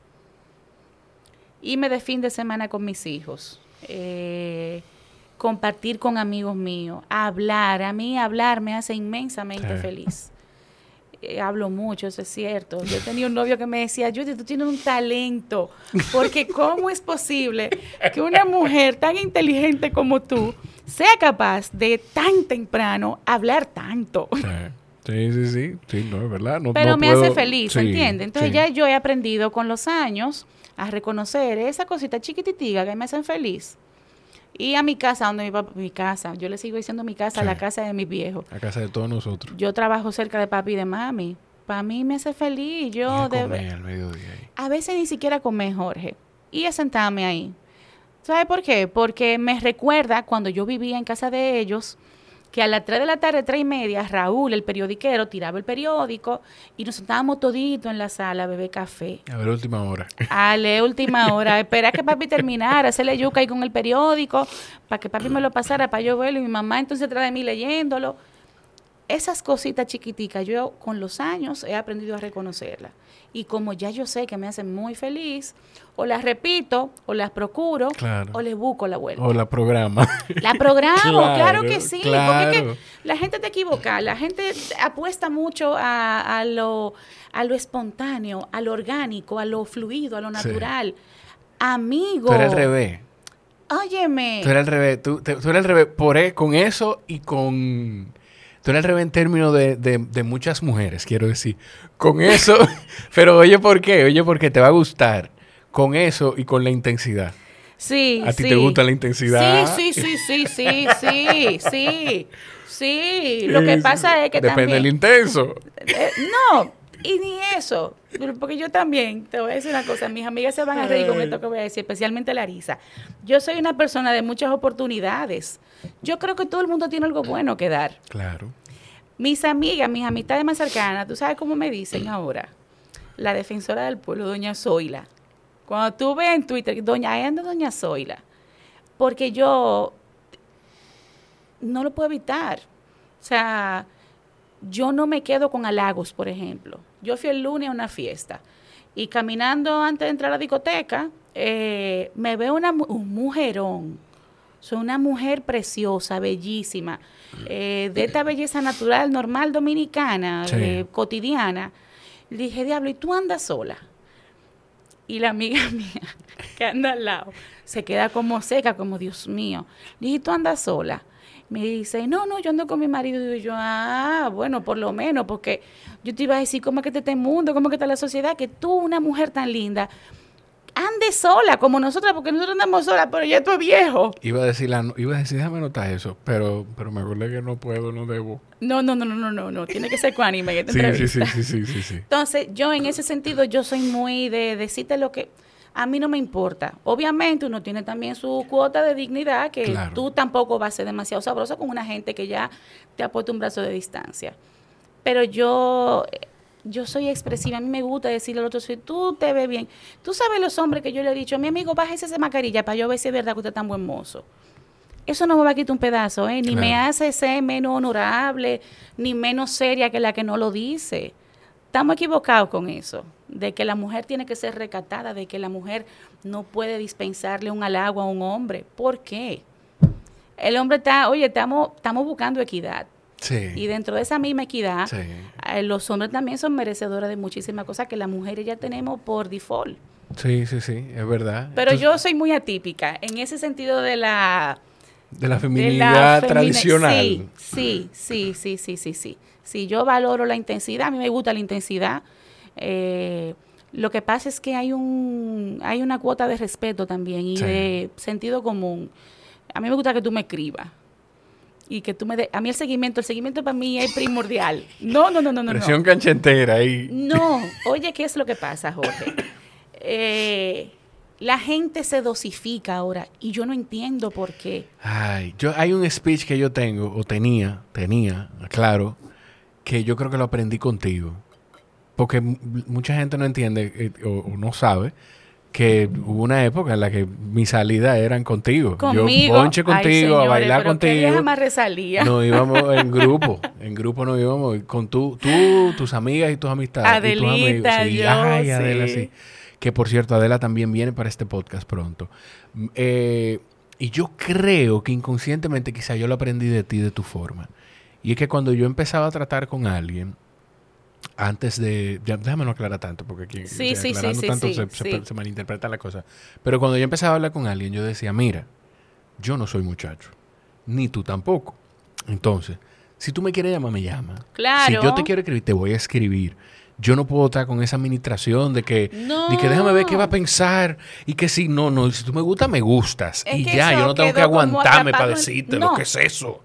Irme de fin de semana con mis hijos. Eh... compartir con amigos míos, hablar. A mí hablar me hace inmensamente sí. feliz. Eh, hablo mucho, eso es cierto. Yo tenía un novio que me decía, Judy, tú tienes un talento, porque ¿cómo es posible que una mujer tan inteligente como tú sea capaz de tan temprano hablar tanto? Sí, sí, sí, sí, no es verdad. No, Pero no me puedo... hace feliz, sí, ¿entiendes? Entonces sí. ya yo he aprendido con los años a reconocer esa cosita chiquititiga que me hacen feliz. Y a mi casa, donde mi papá, mi casa, yo le sigo diciendo mi casa, sí. la casa de mis viejos. La casa de todos nosotros. Yo trabajo cerca de papi y de mami. Para mí me hace feliz. Yo y a de comer al mediodía ahí. A veces ni siquiera comer, Jorge. Y a sentarme ahí. ¿Sabes por qué? Porque me recuerda cuando yo vivía en casa de ellos, que a las tres de la tarde, tres y media, Raúl, el periodiquero, tiraba el periódico y nos sentábamos toditos en la sala a beber café. A ver, última hora. A la última hora. Esperar que papi terminara, hacerle yuca ahí con el periódico, para que papi me lo pasara, para yo verlo, y mi mamá entonces atrás de mí leyéndolo. Esas cositas chiquiticas, yo con los años he aprendido a reconocerlas. Y como ya yo sé que me hacen muy feliz, o las repito, o las procuro, claro. o les busco la vuelta. O la programa. La programo, claro, claro que sí. Claro. Porque es que la gente te equivoca, la gente apuesta mucho a, a, lo, a lo espontáneo, a lo orgánico, a lo fluido, a lo natural. Sí. Amigo. Tú eres al revés. Óyeme. Tú eres al revés. Tú, te, tú eres al revés por, con eso y con... Tú eres al revés en términos de, de, de muchas mujeres, quiero decir. Con eso, pero oye, ¿por qué? Oye, porque te va a gustar. Con eso y con la intensidad. Sí, ¿A ti sí. te gusta la intensidad? Sí, sí, sí, sí, sí, sí, sí. Sí, lo que pasa es que Depende también... del intenso. Eh, no, y ni eso. Porque yo también, te voy a decir una cosa, mis amigas se van a reír con esto que voy a decir, especialmente Larisa. Yo soy una persona de muchas oportunidades. Yo creo que todo el mundo tiene algo bueno que dar. Claro. Mis amigas, mis amistades más cercanas, ¿tú sabes cómo me dicen ahora? La defensora del pueblo, doña Zoila. Cuando tú ves en Twitter, doña, ahí anda doña Zoila. Porque yo no lo puedo evitar. O sea, yo no me quedo con halagos, por ejemplo. Yo fui el lunes a una fiesta y caminando antes de entrar a la discoteca, eh, me veo una, un mujerón. Soy una mujer preciosa, bellísima, eh, de esta belleza natural, normal, dominicana, sí. eh, cotidiana. Le dije, diablo, ¿y tú andas sola? Y la amiga mía, que anda al lado, se queda como seca, como Dios mío. Le dije, ¿tú andas sola? Me dice, no, no, yo ando con mi marido. Y yo, ah, bueno, por lo menos, porque yo te iba a decir, ¿cómo es que está este mundo? ¿Cómo es que está la sociedad? Que tú, una mujer tan linda, ande sola, como nosotras, porque nosotros andamos solas, pero ya estoy viejo. Iba a decir, la, iba a decir, déjame anotar eso, pero, pero me acordé que no puedo, no debo. No, no, no, no, no, no, no. Tiene que ser cuánime en esta sí, entrevista. sí, sí, sí, sí, sí, sí. Entonces, yo en ese sentido, yo soy muy de decirte lo que a mí no me importa. Obviamente, uno tiene también su cuota de dignidad, que claro. Tú tampoco vas a ser demasiado sabrosa con una gente que ya te ha puesto un brazo de distancia. Pero yo... Yo soy expresiva, a mí me gusta decirle al otro, si tú te ves bien. Tú sabes los hombres que yo le he dicho, mi amigo, bájese esa mascarilla para yo ver si es verdad que usted es tan buen mozo. Eso no me va a quitar un pedazo, ¿eh? Ni claro. me hace ser menos honorable, ni menos seria que la que no lo dice. Estamos equivocados con eso, de que la mujer tiene que ser recatada, de que la mujer no puede dispensarle un halago a un hombre. ¿Por qué? El hombre está, oye, estamos, estamos buscando equidad. Sí. Y dentro de esa misma equidad, sí. eh, los hombres también son merecedores de muchísimas cosas que las mujeres ya tenemos por default. Sí, sí, sí, es verdad. Pero Entonces, yo soy muy atípica en ese sentido de la... De la feminidad de la femini- tradicional. Sí, sí, sí, sí, sí, sí, sí. Sí, yo valoro la intensidad, a mí me gusta la intensidad. Eh, lo que pasa es que hay un hay una cuota de respeto también y sí. de sentido común. A mí me gusta que tú me escribas. Y que tú me des... A mí el seguimiento, el seguimiento para mí es primordial. No, no, no, no, no. Presión no. canchentera ahí. No. Oye, ¿qué es lo que pasa, Jorge? Eh, la gente se dosifica ahora y yo no entiendo por qué. Ay, yo hay un speech que yo tengo, o tenía, tenía, claro, que yo creo que lo aprendí contigo. Porque m- mucha gente no entiende eh, o, o no sabe que hubo una época en la que mis salidas eran contigo. Conmigo. Yo ponche contigo, ay, señores, a bailar pero contigo. ¿qué vieja más resalía? Nos íbamos en grupo. En grupo nos íbamos con tú, tú, tus amigas y tus amistades. Adelita, y tus amigos. Sí. yo, Ay, sí. Adela, sí. Que por cierto, Adela también viene para este podcast pronto. Eh, y yo creo que inconscientemente quizá yo lo aprendí de ti, de tu forma. Y es que cuando yo empezaba a tratar con alguien, antes de... Ya, déjame no aclarar tanto, porque aquí sí, o sea, sí, aclarando sí, tanto sí, se, sí. Se, se malinterpreta la cosa. Pero cuando yo empezaba a hablar con alguien, yo decía, mira, yo no soy muchacho, ni tú tampoco. Entonces, si tú me quieres llamar, me llama. Claro. Si yo te quiero escribir, te voy a escribir. Yo no puedo estar con esa administración de que, no. de que déjame ver qué va a pensar y que si no, no, si tú me gustas, me gustas. Es y que ya, yo no tengo que aguantarme para decirte no. lo que es eso.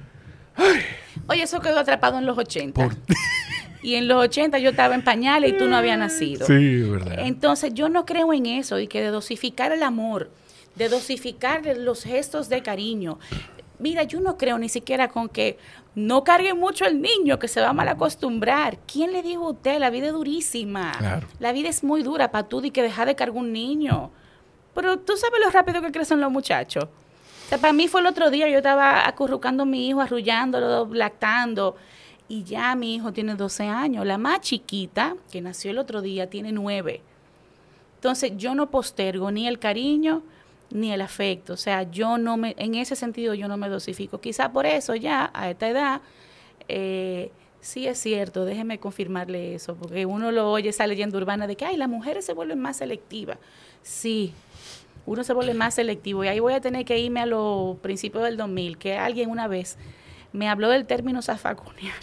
Ay. Oye, eso quedó atrapado en los ochenta. Por... Y en los ochenta yo estaba en pañales y tú no habías nacido. Sí, verdad. Entonces, yo no creo en eso, y que de dosificar el amor, de dosificar los gestos de cariño. Mira, yo no creo ni siquiera con que no cargue mucho el niño, que se va a mal acostumbrar. ¿Quién le dijo a usted? La vida es durísima. Claro. La vida es muy dura para tú y que dejar de cargar un niño. Pero tú sabes lo rápido que crecen los muchachos. O sea, para mí fue el otro día, yo estaba acurrucando a mi hijo, arrullándolo, lactando, y ya mi hijo tiene doce años. La más chiquita, que nació el otro día, tiene nueve. Entonces, yo no postergo ni el cariño ni el afecto. O sea, yo no me, en ese sentido yo no me dosifico. Quizá por eso ya, a esta edad, eh, sí es cierto, déjeme confirmarle eso, porque uno lo oye, esa leyenda urbana de que, ay, las mujeres se vuelven más selectivas. Sí, uno se vuelve más selectivo. Y ahí voy a tener que irme a los principios del dos mil, que alguien una vez me habló del término zafaconear.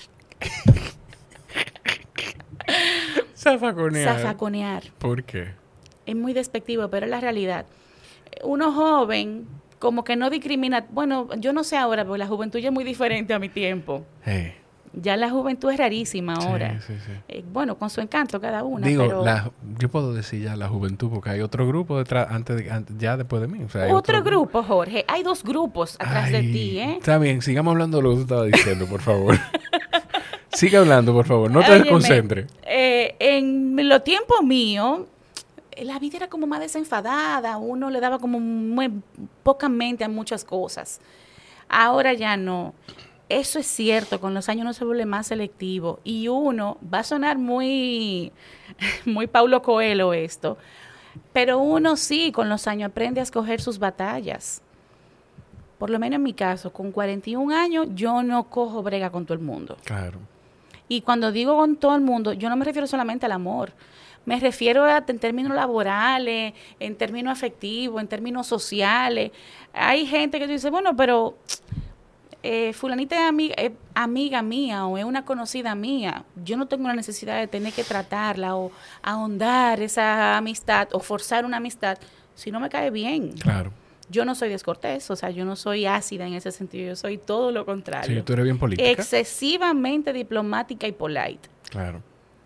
Zafaconear. Zafaconear. ¿Por qué? Es muy despectivo, pero es la realidad. Uno joven, como que no discrimina. Bueno, yo no sé ahora, porque la juventud ya es muy diferente a mi tiempo. Hey. Ya la juventud es rarísima ahora. Sí, sí, sí. Eh, bueno, con su encanto cada una. Digo, pero... la, yo puedo decir ya la juventud, porque hay otro grupo detrás, antes, de, antes ya después de mí. O sea, hay otro, otro grupo, Jorge. Hay dos grupos atrás Ay, de ti, ¿eh? Está bien, sigamos hablando de lo que tú estabas diciendo, por favor. Sigue hablando, por favor. No te Óyeme, desconcentres. Eh, en los tiempos míos, la vida era como más desenfadada. Uno le daba como muy poca mente a muchas cosas. Ahora ya no. Eso es cierto, con los años uno se vuelve más selectivo y uno, va a sonar muy, muy Paulo Coelho esto, pero uno sí, con los años aprende a escoger sus batallas. Por lo menos en mi caso, con cuarenta y un años, yo no cojo brega con todo el mundo. Claro. Y cuando digo con todo el mundo, yo no me refiero solamente al amor, me refiero a, en términos laborales, en términos afectivos, en términos sociales. Hay gente que dice, bueno, pero... eh, fulanita es amiga, es amiga mía o es una conocida mía, yo no tengo la necesidad de tener que tratarla o ahondar esa amistad o forzar una amistad si no me cae bien. Claro. Yo no soy descortés, o sea, yo no soy ácida en ese sentido, yo soy todo lo contrario. Sí, tú eres bien política. Excesivamente diplomática y polite. Claro.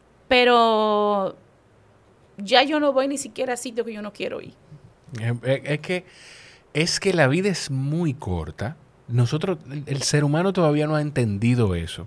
Pero ya yo no voy ni siquiera a sitios que yo no quiero ir. Es, es, es que es que la vida es muy corta. Nosotros, el, el ser humano todavía no ha entendido eso.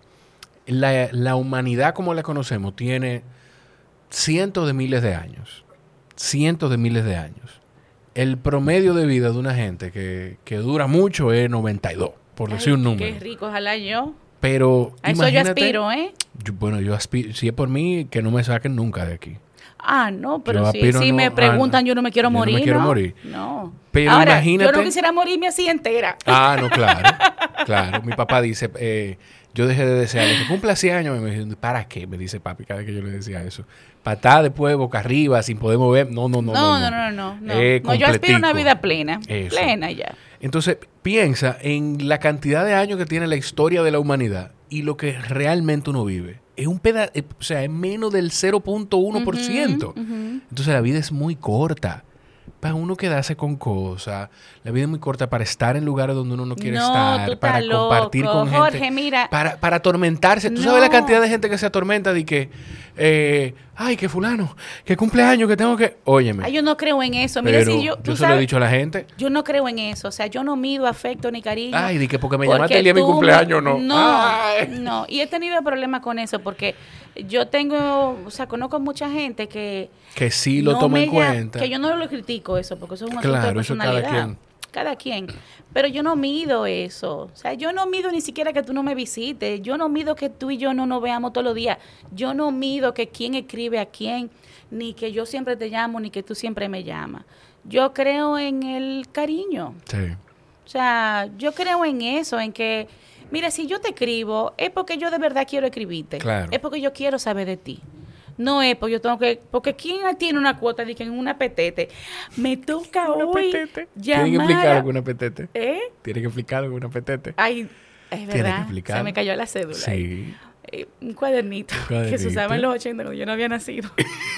La, la humanidad como la conocemos tiene cientos de miles de años. Cientos de miles de años. El promedio de vida de una gente que, que dura mucho es noventa y dos, por decir Ay, un número. Qué rico, ojalá yo. Pero a eso yo aspiro, ¿eh? Yo, bueno, yo aspiro, si es por mí, que no me saquen nunca de aquí. Ah, no, pero Yo si, aspiro si no- me preguntan, ah, yo no me quiero yo no me morir, quiero ¿no? morir. No. Pero Ahora, imagínate- yo no quisiera morirme así entera. Ah, no, claro. Claro. Mi papá dice, eh, yo dejé de desearle que cumpla cien años. Me dice, ¿para qué? Me dice papi cada vez que yo le decía eso. Patada después, boca arriba, sin poder mover. No, no, no. No, No, no, no, no. no. Eh, No, yo aspiro a una completico. vida plena. Eso. Plena ya. Entonces, piensa en la cantidad de años que tiene la historia de la humanidad y lo que realmente uno vive. Es un peda eh, o sea, es menos del cero punto uno por ciento. Ujú, ujú. Entonces, la vida es muy corta. Para uno quedarse con cosas. La vida es muy corta para estar en lugares donde uno no quiere No, estar. tú estás Para compartir loco. con Jorge, gente. mira. Para, para atormentarse. ¿Tú No. sabes la cantidad de gente que se atormenta de que... Eh, ay, que fulano. Que cumpleaños, que tengo que... Óyeme. Ay, yo no creo en eso. Mira, pero si yo, yo tú se lo he sabes, dicho a la gente. yo no creo en eso. O sea, yo no mido afecto ni cariño. Ay, di que porque me porque llamaste el día de mi tú me- cumpleaños, no. No, Ay. no. Y he tenido problemas con eso porque yo tengo, o sea, conozco mucha gente que... Que sí lo no toma en me lla- cuenta. Que yo no lo critico eso, porque eso es un Claro, asunto de eso cada personalidad. quien. Cada quien. Pero yo no mido eso. O sea, yo no mido ni siquiera que tú no me visites. Yo no mido que tú y yo no nos veamos todos los días. Yo no mido que quién escribe a quién, ni que yo siempre te llamo, ni que tú siempre me llamas. Yo creo en el cariño. Sí. O sea, yo creo en eso, en que, mira, si yo te escribo, es porque yo de verdad quiero escribirte. Claro. Es porque yo quiero saber de ti. No es porque yo tengo que, porque ¿quién tiene una cuota de que en una petete? Me toca Una hoy petete. llamar. Tienen que explicar a- algo una petete. ¿Eh? Tienen que explicar algo una petete. Ay, es Tiene verdad. que explicar. Se me cayó la cédula. ahí. Sí. Eh, un cuadernito, Un que se usaba cuadernito. en los ochenta cuando yo no había nacido.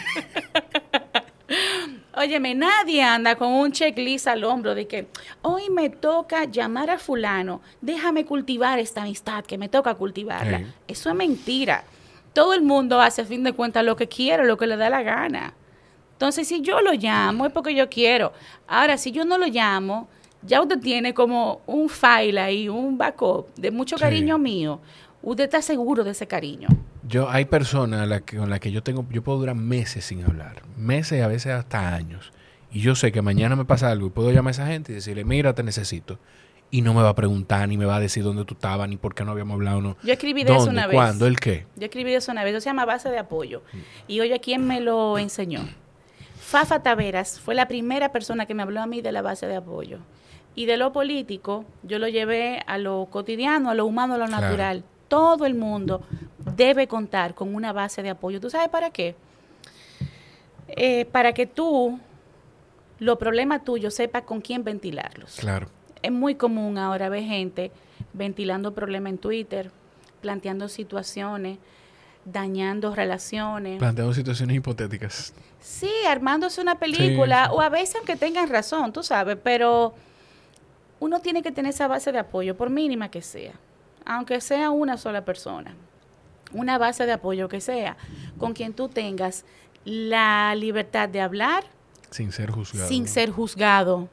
Óyeme, nadie anda con un checklist al hombro de que hoy me toca llamar a fulano, déjame cultivar esta amistad, que me toca cultivarla. Sí. Eso es mentira. Todo el mundo hace a fin de cuentas lo que quiere, lo que le da la gana. Entonces, si yo lo llamo es porque yo quiero. Ahora, si yo no lo llamo, ya usted tiene como un file ahí, un backup de mucho Sí. cariño mío. Usted está seguro de ese cariño. Yo, hay personas a la que, con las que yo tengo, yo puedo durar meses sin hablar. Meses, a veces hasta años. Y yo sé que mañana me pasa algo y puedo llamar a esa gente y decirle, mira, te necesito. Y no me va a preguntar, ni me va a decir dónde tú estabas, ni por qué no habíamos hablado, no. Yo escribí de eso ¿Dónde? una vez. ¿Cuándo? ¿El qué? Yo escribí de eso una vez. Eso se llama base de apoyo. Y oye, ¿quién me lo enseñó? Fafa Taveras fue la primera persona que me habló a mí de la base de apoyo. Y de lo político, yo lo llevé a lo cotidiano, a lo humano, a lo Claro. natural. Todo el mundo debe contar con una base de apoyo. ¿Tú sabes para qué? Eh, para que tú, los problemas tuyos, sepas con quién ventilarlos. Claro. Es muy común ahora ver gente ventilando problemas en Twitter, planteando situaciones, dañando relaciones. Planteando situaciones hipotéticas. Sí, armándose una película, Sí. o a veces aunque tengan razón, tú sabes, pero uno tiene que tener esa base de apoyo, por mínima que sea, aunque sea una sola persona, una base de apoyo que sea, con quien tú tengas la libertad de hablar Sin ser juzgado. sin ser juzgado.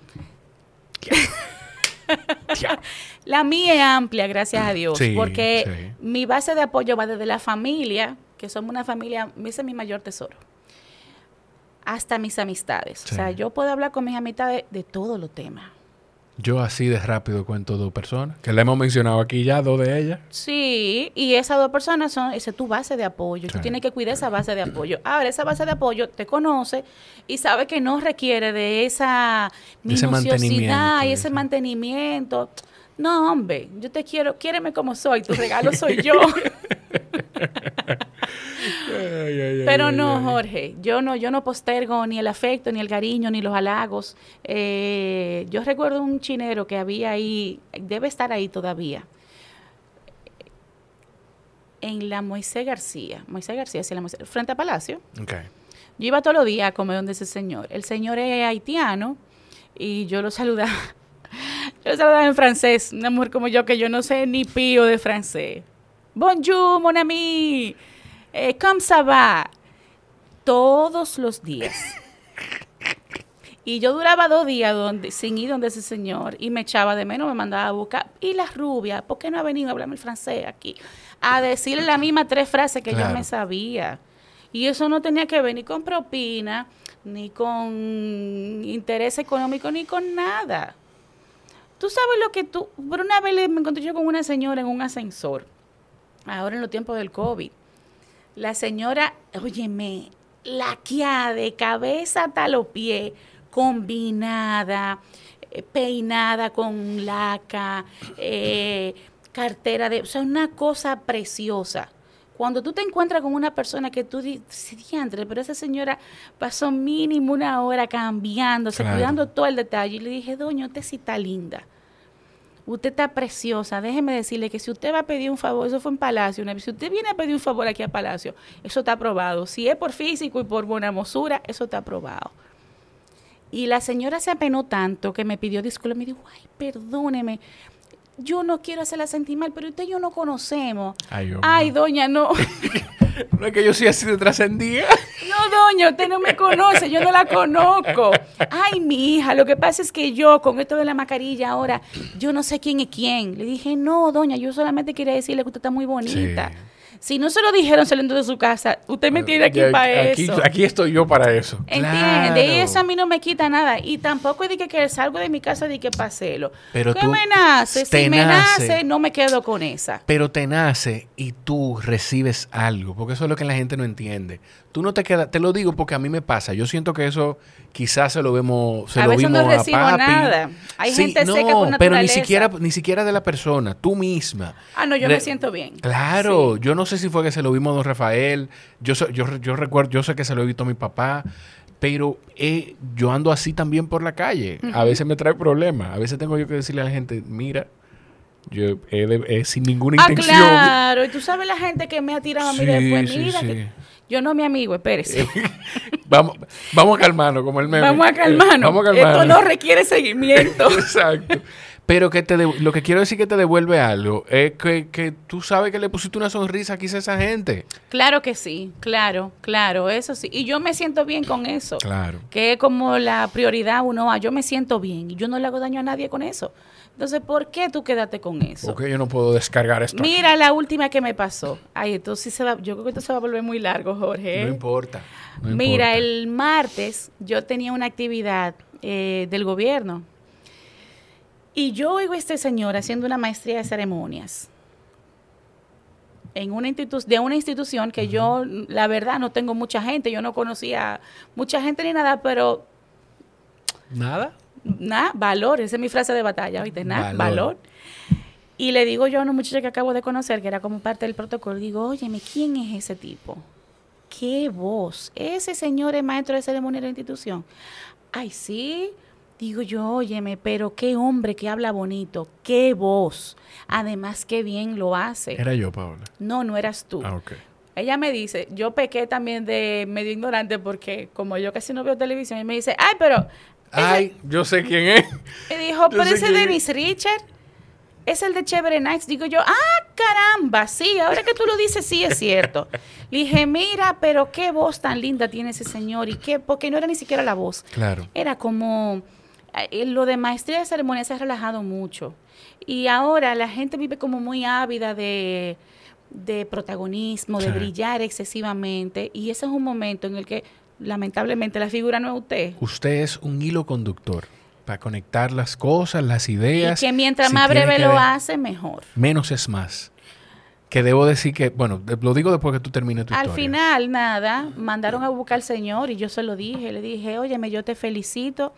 Ya. La mía es amplia, gracias a Dios, Sí, porque sí. mi base de apoyo va desde la familia, que somos una familia, ese es mi mayor tesoro, hasta mis amistades. Sí. O sea, yo puedo hablar con mis amistades de todos los temas. Yo así de rápido cuento dos personas, que le hemos mencionado aquí ya, dos de ellas. Sí, y esas dos personas son, esa es tu base de apoyo. Sí. Tú tienes que cuidar esa base de apoyo. Ahora, esa base de apoyo te conoce y sabe que no requiere de esa Ese minuciosidad mantenimiento, y ese ese- mantenimiento. No, hombre, yo te quiero, quiéreme como soy, tu regalo soy yo. Ay, ay, Pero ay, no, ay. Jorge, yo no, yo no postergo ni el afecto, ni el cariño, ni los halagos. Eh, yo recuerdo un chinero que había ahí, debe estar ahí todavía, en la Moisés García, Moisés García, sí, la Moisés, frente a Palacio. Okay. Yo iba todos los días a comer donde ese señor. El señor es haitiano y yo lo saludaba. Yo lo saludaba en francés, una mujer como yo que yo no sé ni pío de francés. Bonjour, mon ami. Eh, ¿Cómo ça va? Todos los días. Y yo duraba dos días donde, sin ir donde ese señor y me echaba de menos, me mandaba a buscar. Y la rubia, ¿por qué no ha venido a hablarme el francés aquí? A decirle las mismas tres frases que claro. yo me sabía. Y eso no tenía que ver ni con propina, ni con interés económico, ni con nada. Tú sabes lo que tú... Por una vez me encontré yo con una señora en un ascensor, ahora en los tiempos del COVID. La señora, óyeme, laqueada de cabeza hasta los pies, combinada, eh, peinada con laca, eh, cartera de... O sea, una cosa preciosa. Cuando tú te encuentras con una persona que tú dices, diantre, pero esa señora pasó mínimo una hora cambiándose, claro. cuidando todo el detalle. Y le dije, doña, usted sí está linda. Usted está preciosa. Déjeme decirle que si usted va a pedir un favor, eso fue en Palacio, una vez, si usted viene a pedir un favor aquí a Palacio, eso está aprobado. Si es por físico y por buena hermosura, eso está aprobado. Y la señora se apenó tanto que me pidió disculpas. Me dijo, ay, perdóneme. Yo no quiero hacerla sentir mal, pero usted y yo no conocemos. Ay, Ay doña, no. No es que yo soy así de trascendida. No, doña, usted no me conoce, yo no la conozco. Ay, mi hija, lo que pasa es que yo, con esto de la mascarilla ahora, yo no sé quién es quién. Le dije, no, doña, yo solamente quería decirle que usted está muy bonita. Sí. Si no se lo dijeron saliendo de su casa, usted me tiene aquí para eso. Aquí estoy yo para eso. ¿Entiende? Claro. Y eso a mí no me quita nada. Y tampoco es de que, que salgo de mi casa de que paselo. Pero ¿Qué tú me nace? Si nace, me nace, no me quedo con esa. Pero te nace y tú recibes algo. Porque eso es lo que la gente no entiende. Tú no te quedas... Te lo digo porque a mí me pasa. Yo siento que eso quizás se lo vemos... Se a lo veces vimos no recibo a papi. nada. Hay sí, gente no, seca con naturaleza. Pero ni siquiera, ni siquiera de la persona. Tú misma. Ah, no, yo Re- me siento bien. Claro. Sí. Yo no sé si fue que se lo vimos a don Rafael. Yo, so, yo, yo recuerdo... Yo sé que se lo he visto a mi papá. Pero eh, yo ando así también por la calle. Uh-huh. A veces me trae problemas. A veces tengo yo que decirle a la gente, mira... Yo he de, he, sin ninguna ah, intención. Claro, y tú sabes la gente que me ha tirado a mí sí, después. Sí, mira, sí. que yo no, mi amigo, espérese. vamos, vamos a calmarnos, como el meme. Vamos a calmarnos. Vamos a calmarnos. Esto no requiere seguimiento. Exacto. Pero que te de, lo que quiero decir que te devuelve algo es que, que tú sabes que le pusiste una sonrisa quizá a esa gente. Claro que sí, claro, claro, eso sí. Y yo me siento bien con eso. Claro. Que es como la prioridad uno, ah, yo me siento bien y yo no le hago daño a nadie con eso. Entonces, ¿por qué tú quédate con eso? Porque yo no puedo descargar esto. Mira aquí. La última que me pasó. Ay, entonces sí se va, yo creo que esto se va a volver muy largo, Jorge. No importa. No Mira, importa. el martes yo tenía una actividad eh, del gobierno y yo oigo a este señor haciendo una maestría de ceremonias en una institu- de una institución que uh-huh. yo, la verdad, no tengo mucha gente. Yo no conocía mucha gente ni nada, pero... ¿Nada? Nada, valor, esa es mi frase de batalla, ¿oíste? Nada, valor. valor. Y le digo yo a una muchacha que acabo de conocer, que era como parte del protocolo, digo, óyeme, ¿quién es ese tipo? ¿Qué voz? Ese señor es maestro de ceremonia de la institución. Ay, sí. Digo yo, óyeme, pero qué hombre que habla bonito, qué voz. Además, qué bien lo hace. Era yo, Paola. No, no eras tú. Ah, ok. Ella me dice, yo pequé también de medio ignorante porque como yo casi no veo televisión, y me dice, ay, pero... Ay, ese, yo sé quién es. Me dijo, pero ese es Dennis Richard, es el de Chévere Nights. Digo yo, ah, caramba, sí, ahora que tú lo dices, sí es cierto. Le dije, mira, pero qué voz tan linda tiene ese señor. Y qué, porque no era ni siquiera la voz. Claro. Era como, eh, lo de maestría de ceremonia se ha relajado mucho. Y ahora la gente vive como muy ávida de, de protagonismo, de sí. brillar excesivamente. Y ese es un momento en el que... lamentablemente la figura no es usted. Usted es un hilo conductor para conectar las cosas, las ideas. Y que mientras si más breve lo de... hace, mejor. Menos es más. Que debo decir que, bueno, lo digo después que tú termines tu al historia. Al final, nada, mandaron a buscar al señor y yo se lo dije. Le dije, óyeme, yo te felicito.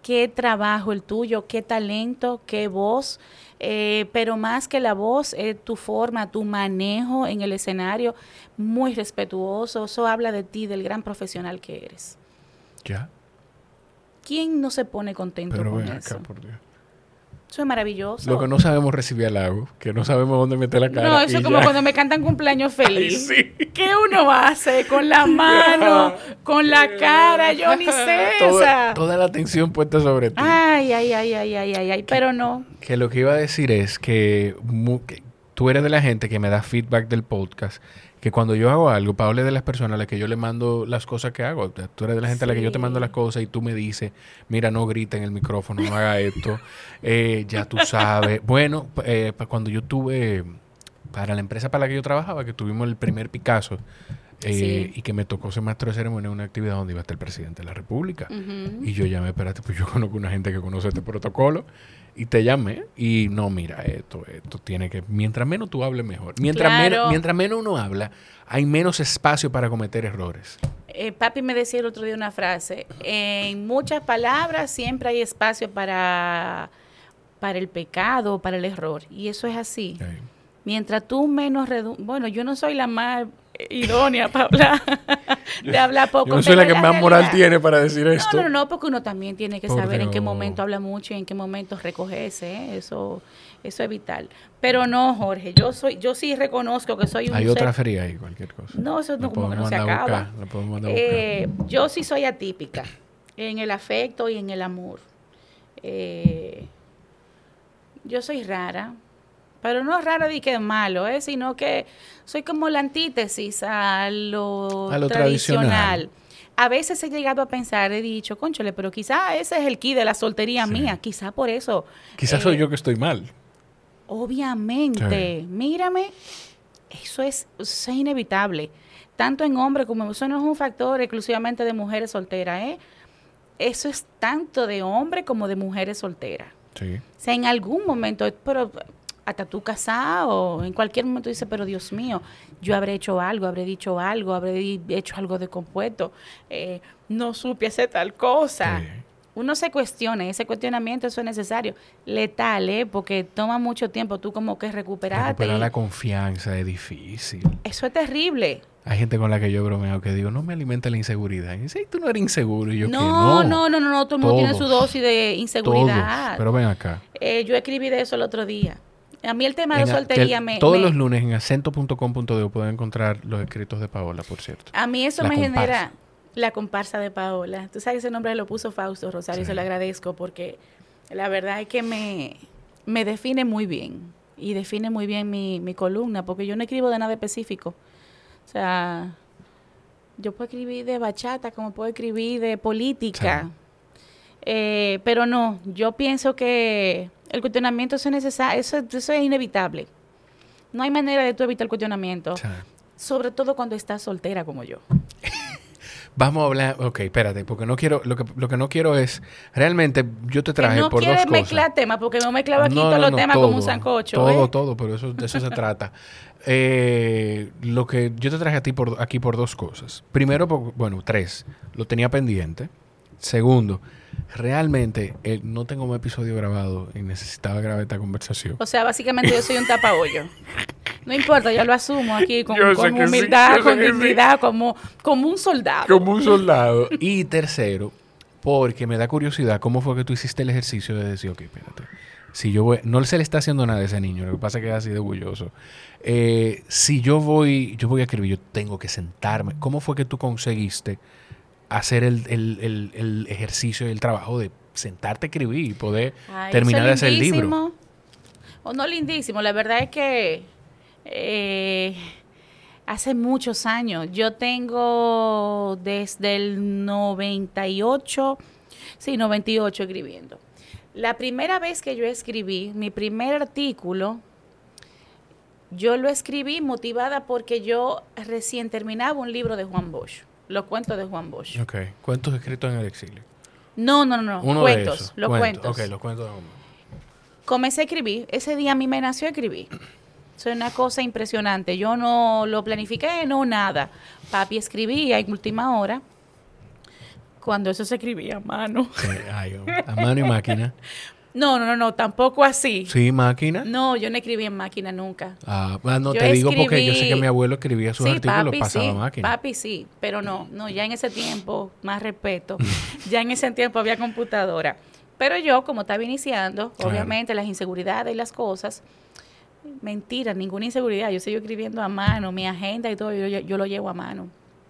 qué trabajo el tuyo, qué talento, qué voz, eh, pero más que la voz, eh, tu forma, tu manejo en el escenario, muy respetuoso. Eso habla de ti, del gran profesional que eres. ¿Ya? ¿Quién no se pone contento pero con ven eso? acá, por Dios. Eso es maravilloso. Lo que no sabemos recibir halago, que no sabemos dónde meter la cara. No, eso es como ya. cuando me cantan cumpleaños feliz. Ay, sí. ¿Qué uno hace? Con la mano, con la cara, yo ni sé. Toda, o sea. toda la atención puesta sobre ti. Ay, ay, ay, ay, ay, ay, ay, pero no. Que lo que iba a decir es que, mu, que tú eres de la gente que me da feedback del podcast, que cuando yo hago algo, Paola es de las personas a las que yo le mando las cosas que hago. Tú eres de la gente sí. a la que yo te mando las cosas y tú me dices, mira, no grita en el micrófono, no haga esto, eh, ya tú sabes. Bueno, eh, cuando yo tuve, para la empresa para la que yo trabajaba, que tuvimos el primer Picasso, eh, sí. y que me tocó ser maestro de ceremonia en una actividad donde iba a estar el presidente de la República. Uh-huh. Y yo llamé, espérate, pues yo conozco una gente que conoce este protocolo. Y te llamé y no, mira, esto, esto tiene que... Mientras menos tú hables, mejor. Mientras, claro. menos, mientras menos uno habla, hay menos espacio para cometer errores. Eh, papi me decía el otro día una frase. En muchas palabras siempre hay espacio para, para el pecado, para el error. Y eso es así. Sí. Mientras tú menos... Redu- bueno, yo no soy la más idónea para hablar, de hablar poco. Yo no soy la que la más moral tiene para decir esto. No, no, no, porque uno también tiene que Por saber Dios. en qué momento habla mucho y en qué momento recogerse, ¿eh? Eso, eso es vital. Pero no, Jorge, yo soy, yo sí reconozco que soy un Hay ser... otra fría ahí, cualquier cosa. No, eso no, como que no se acaba. Buscar, eh, yo sí soy atípica en el afecto y en el amor. Eh, yo soy rara. Pero no es raro de que es malo, ¿eh? Sino que soy como la antítesis a lo, a lo tradicional. tradicional. A veces he llegado a pensar, he dicho, cónchale, pero quizá ese es el key de la soltería sí. mía. Quizá por eso. Quizás eh, soy yo que estoy mal. Obviamente. Sí. Mírame, eso es, eso es inevitable. Tanto en hombres como eso no es un factor exclusivamente de mujeres solteras, ¿eh? Eso es tanto de hombre como de mujeres solteras. Sí. O sea, en algún momento... pero hasta tú casado, en cualquier momento dices, pero Dios mío, yo habré hecho algo, habré dicho algo, habré hecho algo de compuesto, eh, no supe hacer tal cosa. Sí. Uno se cuestiona, ese cuestionamiento eso es necesario, letal, ¿eh? Porque toma mucho tiempo tú como que recuperarte. Recuperar la confianza es difícil. Eso es terrible. Hay gente con la que yo he bromeado que digo, no me alimenta la inseguridad. Y dice, tú no eres inseguro. Y yo, no, que no. No, no, no, no, todo el mundo tiene su dosis de inseguridad. Todos. Pero ven acá. Eh, yo escribí de eso el otro día. A mí el tema de la soltería el, me... Todos me, los lunes en acento punto com punto de pueden encontrar los escritos de Paola, por cierto. A mí eso la me comparsa. genera la comparsa de Paola. Tú sabes, ese nombre lo puso Fausto Rosario, sí. Se lo agradezco porque la verdad es que me, me define muy bien. Y define muy bien mi, mi columna, porque yo no escribo de nada específico. O sea, yo puedo escribir de bachata, como puedo escribir de política. Sí. Eh, pero no, yo pienso que el cuestionamiento eso es necesario, eso, eso es inevitable. No hay manera de tú evitar el cuestionamiento, sí. Sobre todo cuando estás soltera como yo. Vamos a hablar, ok, espérate, porque no quiero, lo que, lo que no quiero es, realmente yo te traje no por dos cosas. No quieres mezclar temas, porque me mezclaba aquí no, todos no, los no, temas todo, como un sancocho. Todo, ¿eh? todo, pero eso, de eso se trata. Eh, lo que yo te traje a ti por, aquí por dos cosas. Primero, por, bueno, tres, lo tenía pendiente. Segundo, realmente eh, no tengo un episodio grabado y necesitaba grabar esta conversación. O sea, básicamente yo soy un tapahoyo. No importa, yo lo asumo aquí con, con humildad, sí, con dignidad, sí. como, como un soldado. Como un soldado. Y tercero, porque me da curiosidad, ¿cómo fue que tú hiciste el ejercicio de decir, ok, espérate, si yo voy, no se le está haciendo nada a ese niño, lo que pasa es que es así de orgulloso. Eh, si yo voy, yo voy a escribir, yo tengo que sentarme. ¿Cómo fue que tú conseguiste hacer el, el, el, el ejercicio y el trabajo de sentarte a escribir y poder Ay, terminar de hacer el libro? O no lindísimo, la verdad es que eh, hace muchos años, yo tengo desde el noventa y ocho, sí, noventa y ocho escribiendo. La primera vez que yo escribí, mi primer artículo, yo lo escribí motivada porque yo recién terminaba un libro de Juan Bosch. Los cuentos de Juan Bosch. Ok. ¿Cuentos escritos en el exilio? No, no, no. Uno cuentos. De esos. Los cuentos. cuentos. Ok, los cuentos de Juan Bosch. Comencé a escribir. Ese día a mí me nació escribir. Eso es una cosa impresionante. Yo no lo planifiqué, no nada. Papi escribía en última hora. Cuando eso se escribía a mano. Sí, ay, a mano y máquina. No, no, no, no, tampoco así. ¿Sí, máquina? No, yo no escribí en máquina nunca. Ah, no, yo te digo escribí... porque yo sé que mi abuelo escribía sus sí, artículos, papi, pasaba sí, a máquina. Papi, sí, pero no, no, ya en ese tiempo, más respeto, ya en ese tiempo había computadora. Pero yo, como estaba iniciando, claro. obviamente las inseguridades y las cosas, mentira, ninguna inseguridad, yo sigo escribiendo a mano, mi agenda y todo, yo, yo, yo lo llevo a mano.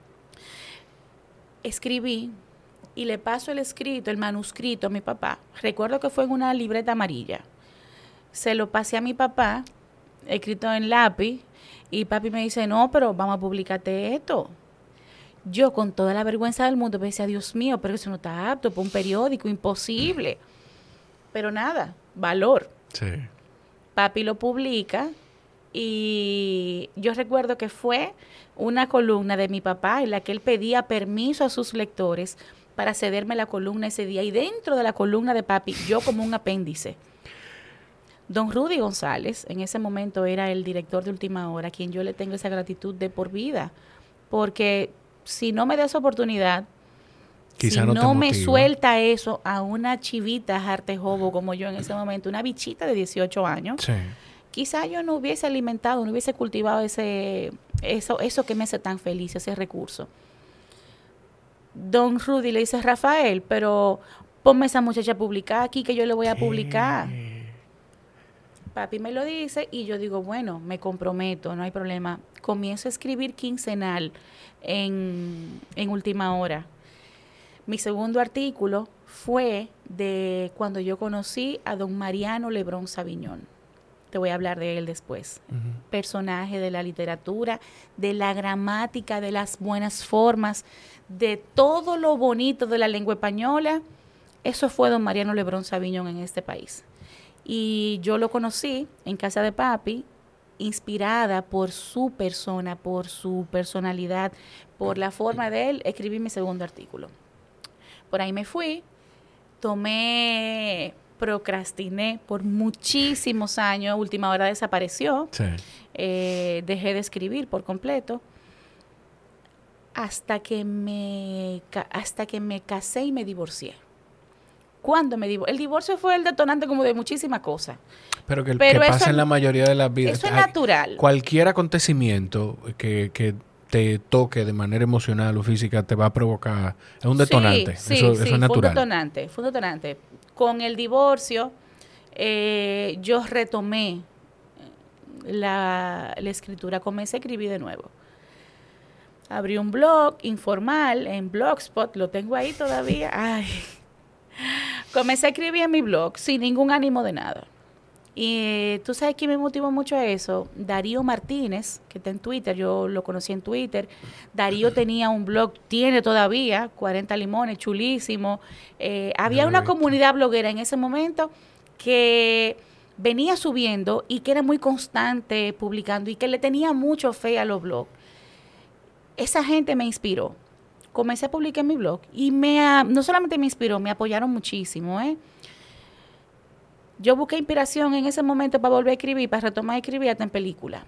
Escribí y le paso el escrito, el manuscrito a mi papá. Recuerdo que fue en una libreta amarilla. Se lo pasé a mi papá, escrito en lápiz, y papi me dice, no, pero vamos a publicarte esto. Yo, con toda la vergüenza del mundo, me decía, Dios mío, pero eso no está apto para un periódico, imposible. Pero nada, valor. Sí. Papi lo publica y yo recuerdo que fue una columna de mi papá en la que él pedía permiso a sus lectores para cederme la columna ese día. Y dentro de la columna de papi, yo como un apéndice. Don Rudy González, en ese momento era el director de Última Hora, a quien yo le tengo esa gratitud de por vida. Porque si no me da esa oportunidad, Quizá si no, no me suelta eso a una chivita jartejobo como yo en ese momento, una bichita de dieciocho años, sí. quizá yo no hubiese alimentado, no hubiese cultivado ese eso, eso que me hace tan feliz, ese recurso. Don Rudy le dice, Rafael, pero ponme esa muchacha a publicar aquí, que yo le voy a publicar. ¿Qué? Papi me lo dice y yo digo, bueno, me comprometo, no hay problema. Comienzo a escribir quincenal en, en Última Hora. Mi segundo artículo fue de cuando yo conocí a don Mariano Lebrón Sabiñón. Te voy a hablar de él después. Uh-huh. Personaje de la literatura, de la gramática, de las buenas formas, de todo lo bonito de la lengua española. Eso fue don Mariano Lebrón Sabiñón en este país. Y yo lo conocí en casa de papi, inspirada por su persona, por su personalidad, por la forma de él, escribí mi segundo artículo. Por ahí me fui, tomé, procrastiné por muchísimos años, Última Hora desapareció, sí. eh, dejé de escribir por completo, hasta que me hasta que me casé y me divorcié. ¿Cuándo me divorcié? El divorcio fue el detonante como de muchísimas cosas. Pero que, Pero que pasa en la mayoría de las vidas. Eso es natural. Cualquier acontecimiento que... que te toque de manera emocional o física, te va a provocar... Es un detonante. Sí, eso, sí, eso sí, es natural. Fue un detonante, fue un detonante. Con el divorcio, eh, yo retomé la, la escritura. Comencé a escribir de nuevo. Abrí un blog informal en Blogspot. Lo tengo ahí todavía. Ay. Comencé a escribir en mi blog sin ningún ánimo de nada. Y tú sabes quién me motivó mucho a eso, Darío Martínez, que está en Twitter, yo lo conocí en Twitter. Darío tenía un blog, tiene todavía, cuarenta limones, chulísimo. Eh, había una comunidad bloguera en ese momento que venía subiendo y que era muy constante publicando y que le tenía mucho fe a los blogs. Esa gente me inspiró. Comencé a publicar en mi blog y me no solamente me inspiró, me apoyaron muchísimo, ¿eh? Yo busqué inspiración en ese momento para volver a escribir, para retomar a escribir hasta en película.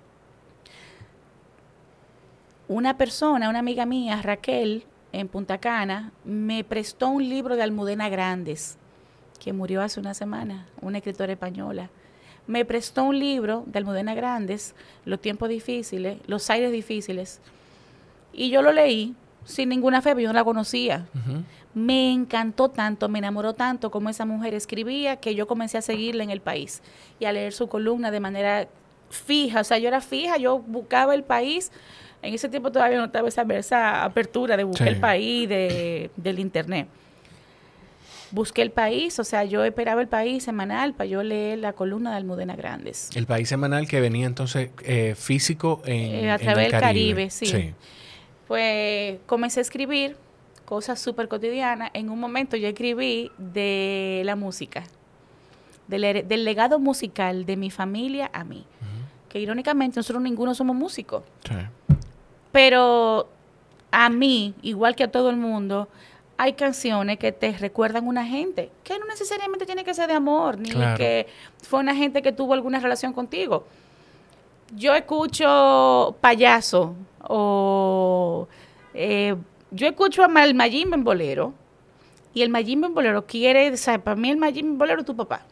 Una persona, una amiga mía, Raquel, en Punta Cana, me prestó un libro de Almudena Grandes, que murió hace una semana, una escritora española. Me prestó un libro de Almudena Grandes, Los tiempos difíciles, Los aires difíciles, y yo lo leí sin ninguna fe, pero yo no la conocía. Uh-huh. Me encantó tanto, me enamoró tanto como esa mujer escribía, que yo comencé a seguirla en El País y a leer su columna de manera fija. O sea, yo era fija, yo buscaba El País. En ese tiempo todavía no estaba esa, esa apertura de buscar sí. El País de, del internet. Busqué El País, o sea, yo esperaba El País semanal para yo leer la columna de Almudena Grandes. El País semanal que venía entonces eh, físico en, eh, a través en el del Caribe, Caribe sí. sí. Pues comencé a escribir cosas súper cotidianas. En un momento yo escribí de la música, del, del legado musical de mi familia a mí. Uh-huh. Que irónicamente nosotros ninguno somos músicos. Sí. Pero a mí, igual que a todo el mundo, hay canciones que te recuerdan a una gente, que no necesariamente tiene que ser de amor, ni claro. que fue una gente que tuvo alguna relación contigo. Yo escucho Payaso o... Eh, yo escucho al Mayimbe en bolero y el Mayimbe en bolero quiere, o sea, para mí el Mayimbe en bolero es tu papá.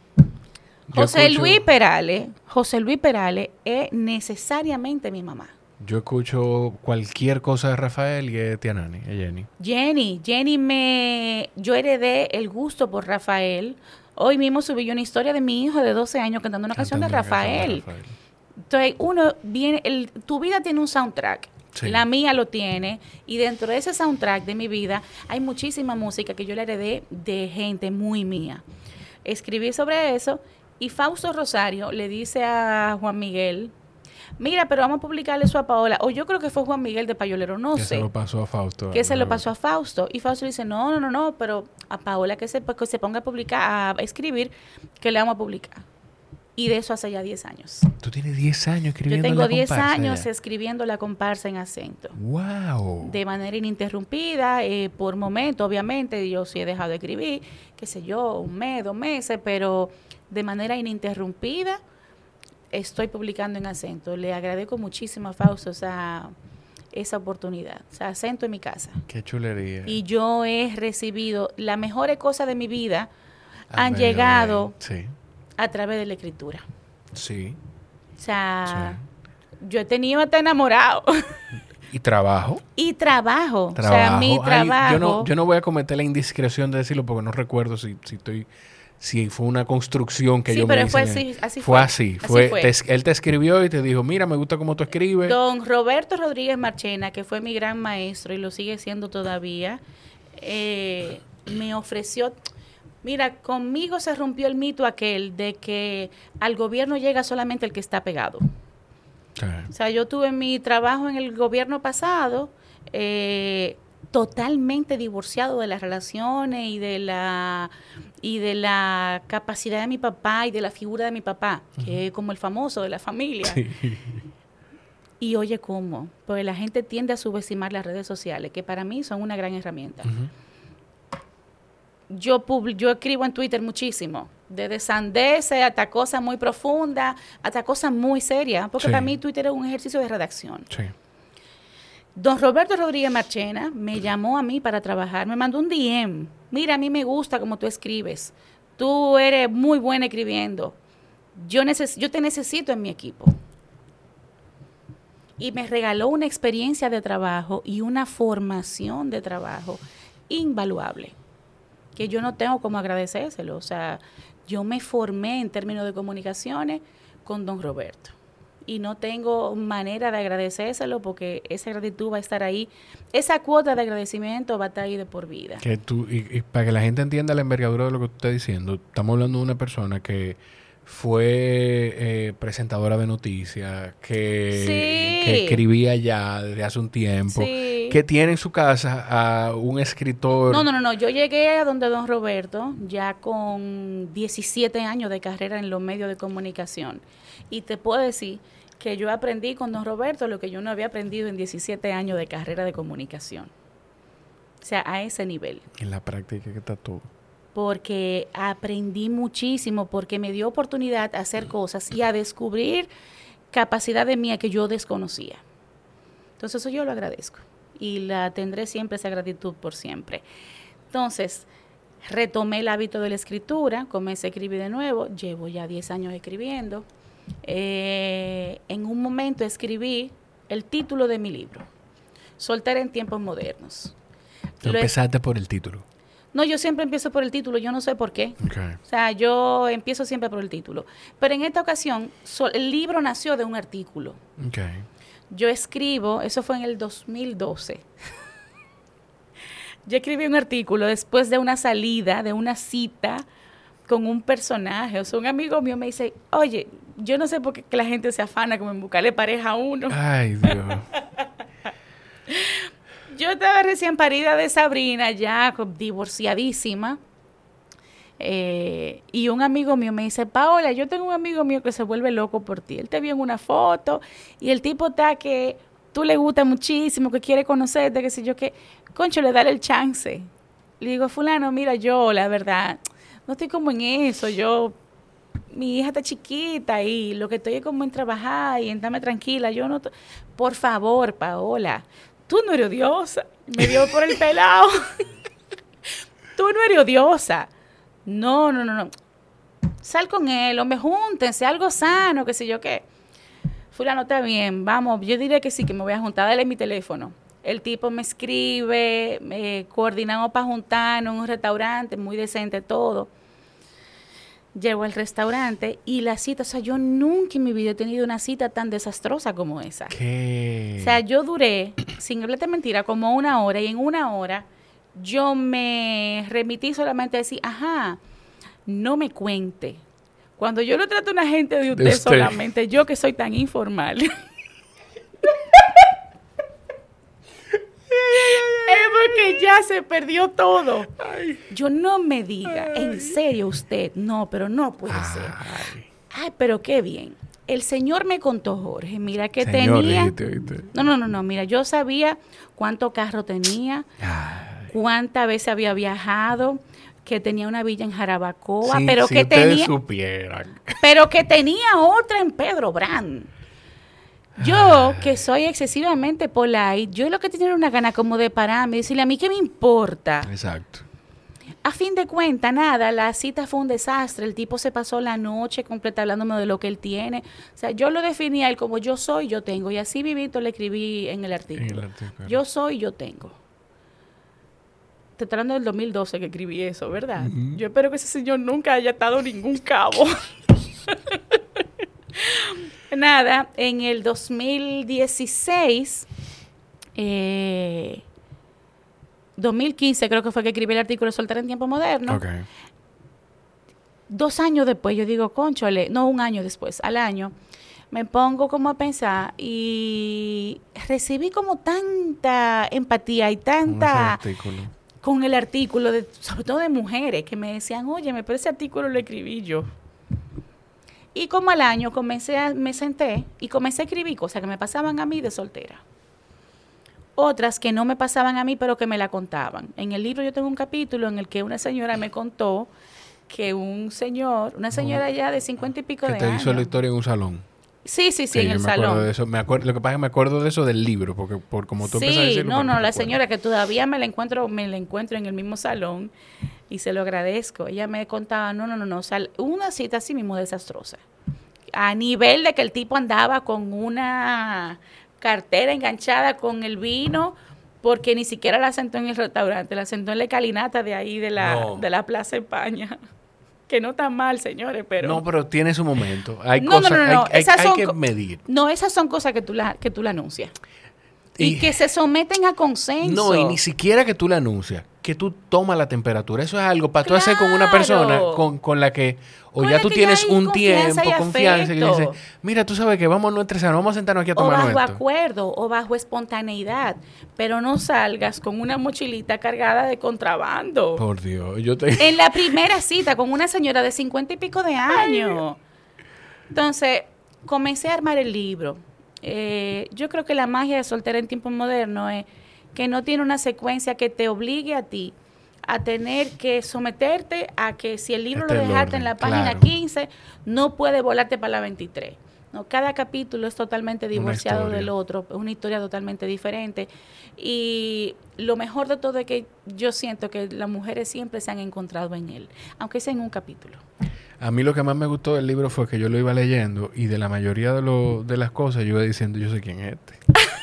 Yo José escucho, Luis Perales, José Luis Perales es necesariamente mi mamá. Yo escucho cualquier cosa de Rafael y es Tianani, es Jenny. Jenny, Jenny me, yo heredé el gusto por Rafael. Hoy mismo subí yo una historia de mi hijo de doce años cantando una canción de Cantando una canción de Rafael. Rafael. Entonces, uno viene, el, tu vida tiene un soundtrack. Sí. La mía lo tiene. Y dentro de ese soundtrack de mi vida hay muchísima música que yo le heredé de gente muy mía. Escribí sobre eso y Fausto Rosario le dice a Juan Miguel, mira, pero vamos a publicarle eso a Paola. O yo creo que fue Juan Miguel de Payolero, no que sé. se lo pasó a Fausto. Que se lo pasó a Fausto. Y Fausto dice, no, no, no, no, pero a Paola que se, que se ponga a publicar, a escribir, que le vamos a publicar. Y de eso hace ya diez años. Tú tienes diez años escribiendo Yo tengo la diez comparsa años ya. escribiendo la comparsa en acento. ¡Wow! De manera ininterrumpida, eh, por momento, obviamente, yo sí he dejado de escribir, qué sé yo, un mes, dos meses, pero de manera ininterrumpida estoy publicando en acento. Le agradezco muchísimo a Fausto esa, esa oportunidad. O sea, acento en mi casa. ¡Qué chulería! Y yo he recibido las mejores cosas de mi vida A han medio de- llegado Sí, a través de la escritura. sí. O sea, yo he tenido hasta enamorado. ¿Y trabajo? Y trabajo. Trabajo. O sea, mi Ay, trabajo. yo, no, yo no voy a cometer la indiscreción de decirlo porque no recuerdo si, si estoy... Si fue una construcción que Sí, yo pero me fue hice. así, así fue. fue. así. Así Fue, fue. te es- él te escribió y te dijo, mira, me gusta cómo tú escribes. Don Roberto Rodríguez Marchena, que fue mi gran maestro y lo sigue siendo todavía, eh, me ofreció, mira, conmigo se rompió el mito aquel de que al gobierno llega solamente el que está pegado. Sí. O sea, yo tuve mi trabajo en el gobierno pasado, eh, totalmente divorciado de las relaciones y de la y de la capacidad de mi papá y de la figura de mi papá, que es como el famoso de la familia. Sí. Y oye, ¿cómo? Porque la gente tiende a subestimar las redes sociales, que para mí son una gran herramienta. Ujú. Yo, publi- yo escribo en Twitter muchísimo, desde sandeces hasta cosas muy profundas, hasta cosas muy serias, porque Sí. para mí Twitter es un ejercicio de redacción. Sí. Don Roberto Rodríguez Marchena me llamó a mí para trabajar, me mandó un D M. Mira, a mí me gusta cómo tú escribes. Tú eres muy buena escribiendo. Yo, neces- yo te necesito en mi equipo. Y me regaló una experiencia de trabajo y una formación de trabajo invaluable, que yo no tengo como agradecérselo. O sea, yo me formé en términos de comunicaciones con don Roberto. Y no tengo manera de agradecérselo porque esa gratitud va a estar ahí. Esa cuota de agradecimiento va a estar ahí de por vida. Que tú, y, y para que la gente entienda la envergadura de lo que tú estás diciendo, estamos hablando de una persona que fue eh, presentadora de noticias, que, Sí. que escribía ya desde hace un tiempo, Sí. que tiene en su casa a un escritor. No, no, no, no. Yo llegué a donde don Roberto ya con diecisiete años de carrera en los medios de comunicación. Y te puedo decir que yo aprendí con don Roberto lo que yo no había aprendido en diecisiete años de carrera de comunicación. O sea, a ese nivel. En la práctica que está todo. Porque aprendí muchísimo, porque me dio oportunidad a hacer cosas y a descubrir capacidades mías que yo desconocía. Entonces eso yo lo agradezco y la tendré siempre, esa gratitud por siempre. Entonces, retomé el hábito de la escritura, comencé a escribir de nuevo, llevo ya diez años escribiendo. Eh, en un momento escribí el título de mi libro, Soltera en tiempos modernos. Tú Lo es- empezaste por el título. no, yo siempre empiezo por el título, yo no sé por qué. Okay. O sea, yo empiezo siempre por el título. Pero en esta ocasión, so- el libro nació de un artículo. Okay. Yo escribo, eso fue en el dos mil doce. Yo escribí un artículo después de una salida, de una cita con un personaje. O sea, un amigo mío me dice, oye, yo no sé por qué que la gente se afana como en buscarle pareja a uno. Ay, Dios. Yo estaba recién parida de Sabrina, ya co- divorciadísima. Eh, y un amigo mío me dice, Paola, yo tengo un amigo mío que se vuelve loco por ti. Él te vio en una foto y el tipo está que tú le gusta muchísimo, que quiere conocerte, que sé yo qué. Concho, le dale el chance. Le digo, fulano, mira, yo, la verdad, no estoy como en eso. Yo, mi hija está chiquita y lo que estoy es como en trabajar y en darme tranquila. Yo no, to- por favor, Paola, tú no eres odiosa. Me dio por el pelado. Tú no eres odiosa. No, no, no, no. Sal con él, hombre, júntense, algo sano, qué sé yo qué. Fulano, está bien, vamos, yo diré que sí, que me voy a juntar, dale mi teléfono. El tipo me escribe, me coordinamos para juntarnos en un restaurante, muy decente todo. Llego al restaurante y la cita, o sea, yo nunca en mi vida he tenido una cita tan desastrosa como esa. ¿Qué? O sea, yo duré, sin hablarte mentira, como una hora, y en una hora yo me remití solamente a decir, ajá, no me cuente. Cuando yo lo trato a una gente de usted, de usted. solamente, yo que soy tan informal. Es porque ya se perdió todo. Ay. Yo no me diga, ay. En serio usted, no, pero no puede ay. ser. Ay, pero qué bien. El señor me contó, Jorge, mira que señor, tenía... Dijiste, dijiste. No, no, no, no, mira, yo sabía cuánto carro tenía, ay. cuántas veces había viajado, que tenía una villa en Jarabacoa, sí, pero si que tenía... supieran. Pero que tenía otra en Pedro Brand. Yo, que soy excesivamente polite, yo lo que tenía era una gana como de pararme y decirle a mí, ¿qué me importa? Exacto. A fin de cuentas, nada, la cita fue un desastre. El tipo se pasó la noche completa hablándome de lo que él tiene. O sea, yo lo definía él como yo soy, yo tengo. Y así vivito le escribí en el artículo. En el artículo. Yo soy, yo tengo. Te estoy hablando del dos mil doce que escribí eso, ¿verdad? Uh-huh. Yo espero que ese señor nunca haya atado ningún cabo. Nada, en el dos mil dieciséis, eh, dos mil quince creo que fue que escribí el artículo Soltera en Tiempo Moderno. Okay. Dos años después, yo digo, cónchole, no, un año después, al año, me pongo como a pensar y recibí como tanta empatía y tanta... con el artículo, de, sobre todo de mujeres, que me decían, oye, pero ese artículo lo escribí yo. Y como al año comencé a, me senté y comencé a escribir cosas que me pasaban a mí de soltera. Otras que no me pasaban a mí, pero que me la contaban. En el libro yo tengo un capítulo en el que una señora me contó que un señor, una señora ya de cincuenta y pico de años. Que te hizo la historia en un salón. Sí, sí, sí, sí en el me salón. Acuerdo de eso. Me acuerdo, lo que pasa es que me acuerdo de eso del libro, porque por como tú sí, empezaste a decirlo. Sí, no, no, la señora que todavía me la encuentro, me la encuentro en el mismo salón y se lo agradezco. Ella me contaba, no, no, no, no, o sea, una cita así mismo desastrosa. A nivel de que el tipo andaba con una cartera enganchada con el vino, porque ni siquiera la sentó en el restaurante, la sentó en la escalinata de ahí de la, no. de la Plaza España. Que no está mal, señores, pero... No, pero tiene su momento. Hay no, cosas no, no, no. Hay, esas hay, son, hay que medir. No, esas son cosas que tú la, que tú la anuncias. Y, y que se someten a consenso. No, y ni siquiera que tú la anuncias, que tú tomas la temperatura. Eso es algo para claro. tú hacer con una persona con, con la que o con ya tú tienes un tiempo, y confianza, y le dices, mira, tú sabes que vamos a nuestra sala, vamos a sentarnos aquí a tomar nuestro. O bajo esto. acuerdo, o bajo espontaneidad. Pero no salgas con una mochilita cargada de contrabando. Por Dios, yo te... En la primera cita con una señora de cincuenta y pico de años. Entonces, comencé a armar el libro. Eh, yo creo que la magia de Soltera en Tiempo Moderno es que no tiene una secuencia que te obligue a ti a tener que someterte a que si el libro este lo dejaste orden, en la página claro. quince, no puede volarte para la veintitrés. No, cada capítulo es totalmente divorciado del otro, es una historia totalmente diferente. Y lo mejor de todo es que yo siento que las mujeres siempre se han encontrado en él, aunque sea en un capítulo. A mí lo que más me gustó del libro fue que yo lo iba leyendo y de la mayoría de, lo, de las cosas yo iba diciendo, yo sé quién es este.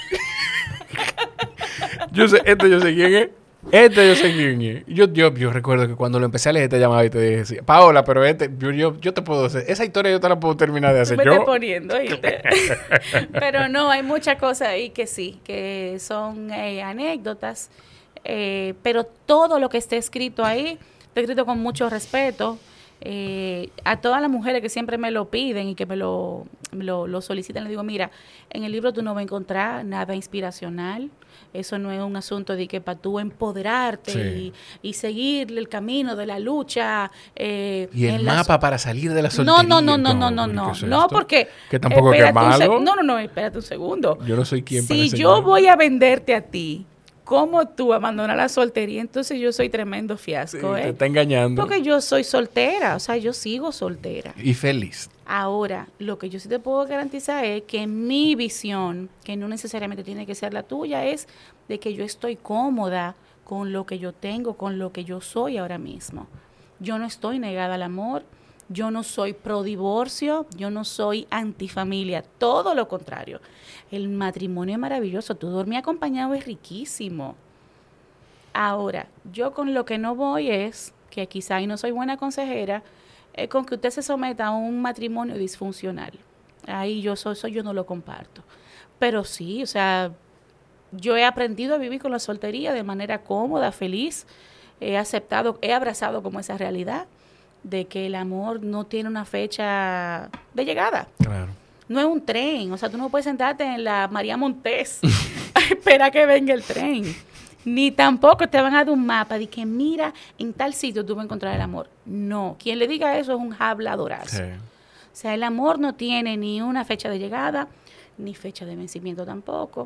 yo sé, este yo sé quién es. Este yo sé quién es. Yo, yo, yo recuerdo que cuando lo empecé a leer te llamaba y te dije, Paola, pero este, yo, yo, yo te puedo hacer, esa historia yo te la puedo terminar de hacer me yo. Me estoy poniendo, ¿oíste? Pero no, hay muchas cosas ahí que sí, que son eh, anécdotas, eh, pero todo lo que esté escrito ahí, está escrito con mucho respeto. Eh, a todas las mujeres que siempre me lo piden y que me lo, me lo, lo solicitan, les digo, mira, en el libro tú no vas a encontrar nada inspiracional. Eso no es un asunto de que para tú empoderarte sí. y, y seguir el camino de la lucha. Eh, y el mapa las... para salir de la No, soltería. no, no, no, no, no, no. Es no, porque... Que tampoco es malo. Seg- no, no, no, espérate un segundo. Yo no soy quien si para Si yo voy a venderte a ti, ¿cómo tú abandonas la soltería? Entonces yo soy tremendo fiasco, sí, ¿eh? Te está engañando. Porque yo soy soltera, o sea, yo sigo soltera. Y feliz. Ahora, lo que yo sí te puedo garantizar es que mi visión, que no necesariamente tiene que ser la tuya, es de que yo estoy cómoda con lo que yo tengo, con lo que yo soy ahora mismo. Yo no estoy negada al amor, yo no soy pro divorcio, yo no soy antifamilia, todo lo contrario. El matrimonio es maravilloso, tú dormir acompañado es riquísimo. Ahora, yo con lo que no voy es, que quizá y no soy buena consejera, eh, con que usted se someta a un matrimonio disfuncional. Ahí yo soy, eso yo no lo comparto. Pero sí, o sea, yo he aprendido a vivir con la soltería de manera cómoda, feliz. He aceptado, he abrazado como esa realidad de que el amor no tiene una fecha de llegada. Claro. No es un tren, o sea, tú no puedes sentarte en la María Montés a esperar que venga el tren. Ni tampoco te van a dar un mapa de que mira, en tal sitio tú vas a encontrar el amor. No, quien le diga eso es un habladorazo. Sí. O sea, el amor no tiene ni una fecha de llegada, ni fecha de vencimiento tampoco.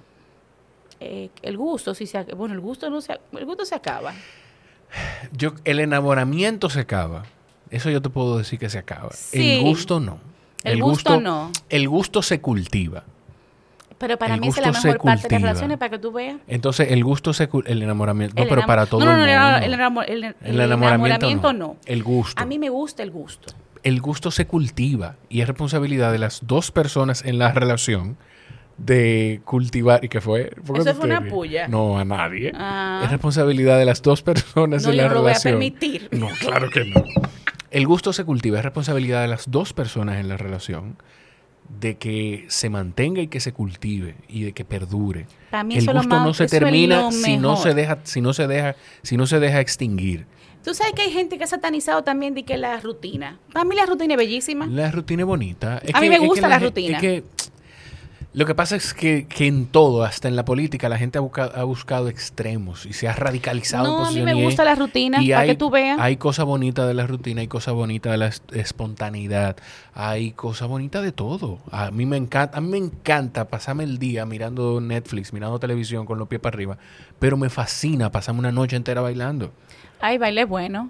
Eh, el gusto, sí se, bueno, el gusto no se, el gusto se acaba. Yo, el enamoramiento se acaba. Eso yo te puedo decir que se acaba. Sí. El gusto no. El, el gusto, gusto no. El gusto se cultiva. Pero para el mí es la mejor parte de las relaciones, para que tú veas. Entonces, el gusto se el enamoramiento, el no, pero enamor- para todo no, no, el mundo. No, no, el, enamor- el, el, el enamoramiento, enamoramiento no. no. El gusto. A mí me gusta el gusto. El gusto se cultiva y es responsabilidad de las dos personas en la relación de cultivar. ¿Y qué fue? Eso fue una puya. No, a nadie. Ah. Es responsabilidad de las dos personas no, en la relación. No, yo no relación. lo voy a permitir. No, claro que no. El gusto se cultiva. Es responsabilidad de las dos personas en la relación de que se mantenga y que se cultive y de que perdure. Para mí el eso gusto lo más, no se eso termina es lo si no mejor. se deja, si no se deja, si no se deja extinguir. Tú sabes que hay gente que ha satanizado también de que la rutina. Para mí la rutina es bellísima. La rutina es bonita. Es a que, mí me gusta es que la, la rutina. Es que lo que pasa es que, que en todo, hasta en la política, la gente ha, busca, ha buscado extremos y se ha radicalizado. No, a mí me gusta la rutina, y para hay, que tú veas. Hay cosas bonitas de la rutina, hay cosas bonitas de la espontaneidad, hay cosas bonitas de todo. A mí me encanta, a mí me encanta pasarme el día mirando Netflix, mirando televisión con los pies para arriba, pero me fascina pasarme una noche entera bailando. Ay, baile bueno.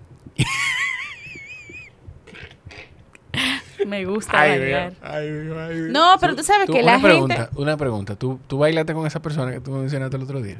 Me gusta ay, bailar. Ay, ay, ay, no, pero tú sabes tú, que una la pregunta, gente... Una pregunta. ¿Tú, ¿Tú bailaste con esa persona que tú me mencionaste el otro día?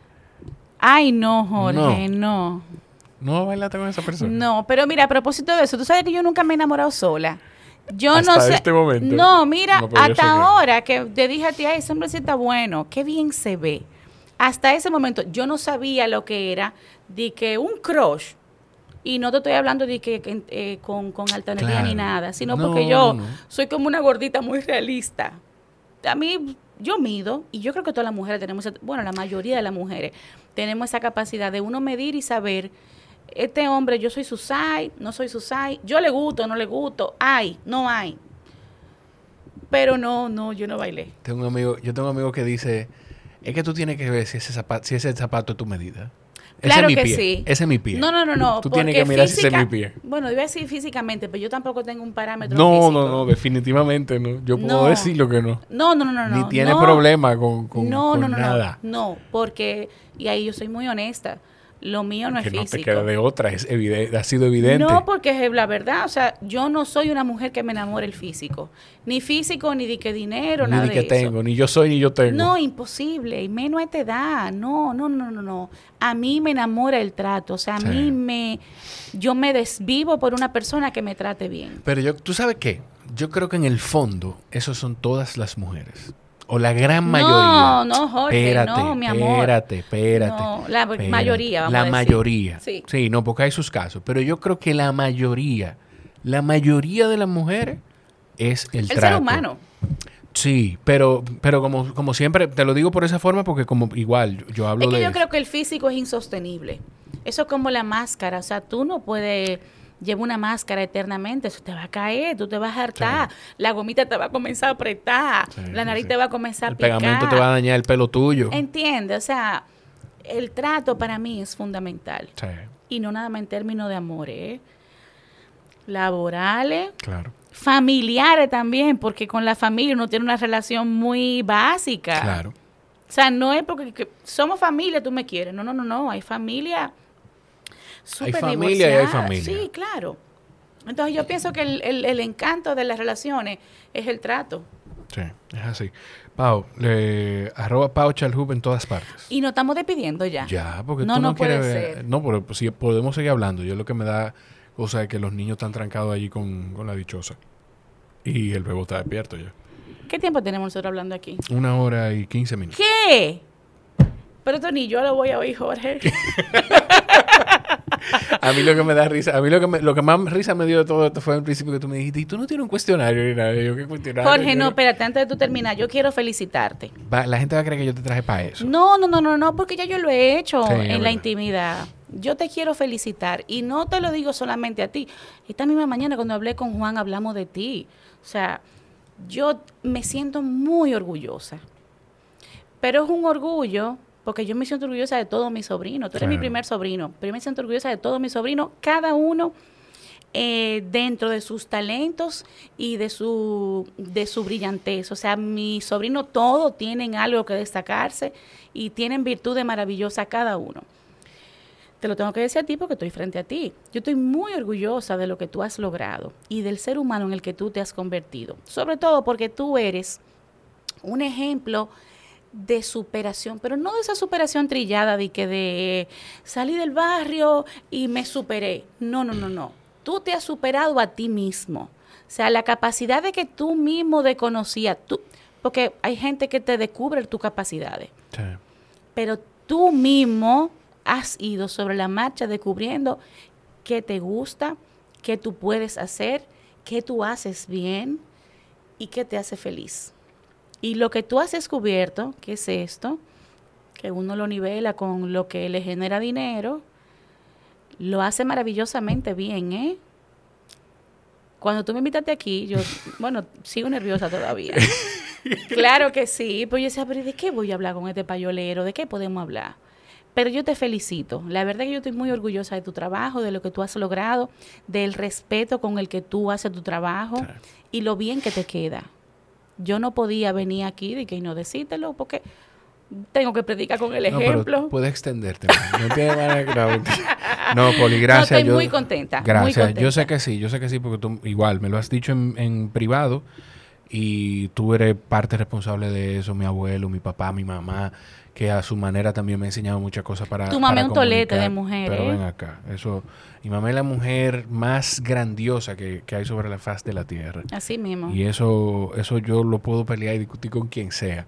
Ay, no, Jorge, no. ¿No, ¿No bailaste con esa persona? No, pero mira, a propósito de eso, tú sabes que yo nunca me he enamorado sola. Yo hasta no sé. este momento. No, mira, no, hasta ahora que te dije a ti, ay, ese hombre sí está bueno, qué bien se ve. Hasta ese momento yo no sabía lo que era de que un crush. Y no te estoy hablando de que, que eh, con, con altanería claro. ni nada, sino no, porque yo no, no. soy como una gordita muy realista. A mí, yo mido, y yo creo que todas las mujeres tenemos, esa, bueno, la mayoría de las mujeres tenemos esa capacidad de uno medir y saber, este hombre, yo soy su size, no soy su size, yo le gusto, no le gusto, hay, no hay. Pero no, no, yo no bailé. Tengo un amigo, yo tengo un amigo que dice, es que tú tienes que ver si ese zapato, si ese zapato es tu medida. Claro ese es mi que pie. sí. Ese es mi pie. No, no, no, no. Tú tienes que mirar física, si ese es mi pie. Bueno, iba a decir físicamente, pero yo tampoco tengo un parámetro no, físico. No, no, no, definitivamente no. Yo puedo no. decirlo que no. No, no, no, no. Ni no, tiene no. problema con, con, no, con no, no, nada. No, no, porque, y ahí yo soy muy honesta, lo mío no que es no físico. te queda de otra, es evidente, ha sido evidente. No, porque es la verdad, o sea, yo no soy una mujer que me enamore el físico. Ni físico, ni de que dinero, ni nada de de que eso. tengo, ni yo soy, ni yo tengo. No, imposible, y menos a esta edad. No, no, no, no, no. A mí me enamora el trato, o sea, a sí. mí me... Yo me desvivo por una persona que me trate bien. Pero yo, ¿tú sabes qué? Yo creo que en el fondo, eso son todas las mujeres. O la gran mayoría. No, no, Jorge, espérate, no, mi amor. Espérate, espérate. No, la espérate. mayoría, vamos la a decir. La mayoría. Sí. Sí, no, porque hay sus casos. Pero yo creo que la mayoría, la mayoría de las mujeres es el, el trato. El ser humano. Sí, pero pero como, como siempre, te lo digo por esa forma porque como igual, yo hablo de Es que de yo eso. creo que el físico es insostenible. Eso es como la máscara. O sea, tú no puedes... Lleva una máscara eternamente, eso te va a caer, tú te vas a hartar, sí. La gomita te va a comenzar a apretar, sí, la nariz sí, te va a comenzar el a picar. El pegamento te va a dañar el pelo tuyo. ¿Entiendes? O sea, el trato para mí es fundamental. Sí. Y no nada más en términos de amor, ¿eh? Laborales. Claro. Familiares también, porque con la familia uno tiene una relación muy básica. Claro. O sea, no es porque que somos familia, tú me quieres. No, no, no, no. Hay familia... Hay familia y hay familia. Sí, claro. Entonces yo pienso que el, el, el encanto de las relaciones es el trato. Sí, es así. Pau, eh, arroba Pau Chalhub en todas partes. Y nos estamos despidiendo ya. Ya, porque no, tú no, no quieres puede ver. ser. No, pero pues, sí, podemos seguir hablando. Yo lo que me da cosa es que los niños están trancados allí con, con la dichosa. Y el bebo está despierto ya. ¿Qué tiempo tenemos nosotros hablando aquí? Una hora y quince minutos. ¿Qué? Pero esto ni yo lo voy a oír, Jorge. A mí lo que me da risa, a mí lo que, me, lo que más risa me dio de todo esto fue al principio que tú me dijiste, y tú no tienes un cuestionario ni nada. Yo, ¿qué cuestionario? Jorge, no, espérate, antes de tú terminar, yo quiero felicitarte. Va, la gente va a creer que yo te traje para eso. No, no, no, no, no, porque ya yo lo he hecho Sí, en verdad. la intimidad. Yo te quiero felicitar y no te lo digo solamente a ti. Esta misma mañana cuando hablé con Juan hablamos de ti. O sea, yo me siento muy orgullosa. Pero es un orgullo porque yo me siento orgullosa de todos mis sobrinos. Tú eres Claro. mi primer sobrino, pero yo me siento orgullosa de todos mis sobrinos, cada uno eh, dentro de sus talentos y de su, de su brillantez. O sea, mis sobrinos todos tienen algo que destacarse y tienen virtudes maravillosas cada uno. Te lo tengo que decir a ti porque estoy frente a ti. Yo estoy muy orgullosa de lo que tú has logrado y del ser humano en el que tú te has convertido. Sobre todo porque tú eres un ejemplo de superación, pero no de esa superación trillada de que de salí del barrio y me superé. No, no, no, no. Tú te has superado a ti mismo. O sea, la capacidad de que tú mismo desconocías, tú, porque hay gente que te descubre tus capacidades, Sí. pero tú mismo has ido sobre la marcha descubriendo qué te gusta, qué tú puedes hacer, qué tú haces bien y qué te hace feliz. Y lo que tú has descubierto, que es esto, que uno lo nivela con lo que le genera dinero, lo hace maravillosamente bien, ¿eh? Cuando tú me invitaste aquí, yo, bueno, sigo nerviosa todavía. Claro que sí, pues yo decía, pero ¿de qué voy a hablar con este payolero? ¿De qué podemos hablar? Pero yo te felicito. La verdad que yo estoy muy orgullosa de tu trabajo, de lo que tú has logrado, del respeto con el que tú haces tu trabajo Sí. y lo bien que te queda. Yo no podía venir aquí de que y no decírtelo porque tengo que predicar con el No, ejemplo. pero puedes extenderte. man. No tiene manera que no. No, Poli, gracias. No, estoy yo, muy contenta, Gracias. muy contenta. Yo sé que sí, yo sé que sí, porque tú igual me lo has dicho en, en privado y tú eres parte responsable de eso, mi abuelo, mi papá, mi mamá, que a su manera también me ha enseñado muchas cosas para Tu mamá para es un tolete comunicar. de mujer, Pero ¿eh? ven acá, eso, mi mamá es la mujer más grandiosa que, que hay sobre la faz de la tierra. Así mismo. Y eso, eso yo lo puedo pelear y discutir con quien sea.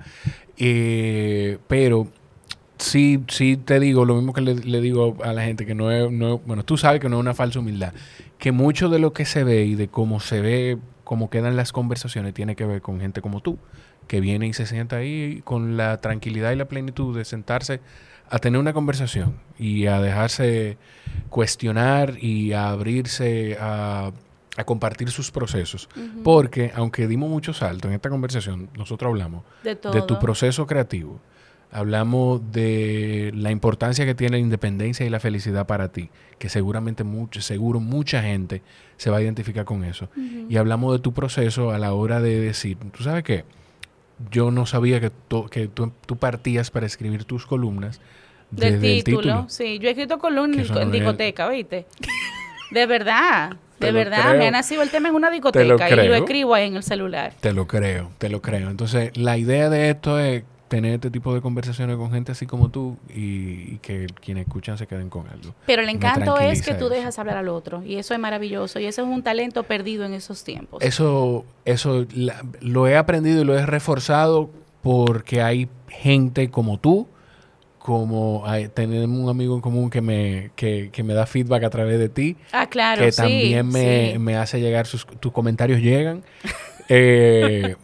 Eh, pero sí, sí te digo lo mismo que le, le digo a la gente, que no es, no es- bueno, tú sabes que no es una falsa humildad, que mucho de lo que se ve y de cómo se ve, cómo quedan las conversaciones, tiene que ver con gente como tú, que viene y se sienta ahí con la tranquilidad y la plenitud de sentarse a tener una conversación y a dejarse cuestionar y a abrirse a, a compartir sus procesos. Ujú. Porque, aunque dimos muchos saltos en esta conversación, nosotros hablamos De todo. de tu proceso creativo. Hablamos de la importancia que tiene la independencia y la felicidad para ti, que seguramente mucho, seguro mucha gente se va a identificar con eso. Ujú. Y hablamos de tu proceso a la hora de decir, ¿tú sabes qué? Yo no sabía que, to- que tú, tú partías para escribir tus columnas Del desde el título. título. Sí, yo he escrito columnas Que en, eso no en es- discoteca, ¿viste? De verdad, Te de lo verdad. creo. Me ha nacido el tema en una Te lo discoteca y lo creo. escribo ahí en el celular. Te lo creo, te lo creo. Entonces, la idea de esto es tener este tipo de conversaciones con gente así como tú y, y que quienes escuchan se queden con algo. Pero el Me encanto es que tranquiliza tú eso. dejas hablar al otro y eso es maravilloso y eso es un talento perdido en esos tiempos. Eso, eso la- lo he aprendido y lo he reforzado porque hay gente como tú, como hay- tenemos un amigo en común que me, que, que me da feedback a través de ti, Ah, claro, que sí, también me, sí. me hace llegar sus tus comentarios llegan. Eh,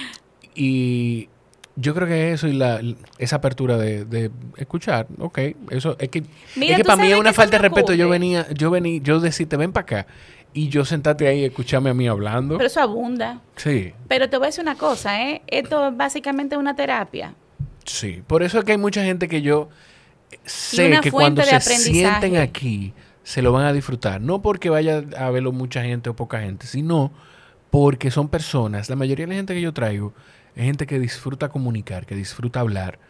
y yo creo que eso y la, esa apertura de, de escuchar, ok, eso es que, Mira, es que ¿tú para mí sabes es una qué se falta de me respeto. Yo ocurre? venía, yo venía, yo decirte ven para acá y yo sentarte ahí y escucharme a mí hablando. Pero eso abunda. Sí, Pero te voy a decir una cosa, ¿eh? Esto es básicamente una terapia. sí. Por eso es que hay mucha gente que yo sé una que fuente cuando de se aprendizaje. sienten aquí se lo van a disfrutar. No porque vaya a verlo mucha gente o poca gente, sino porque son personas, la mayoría de la gente que yo traigo es gente que disfruta comunicar, que disfruta hablar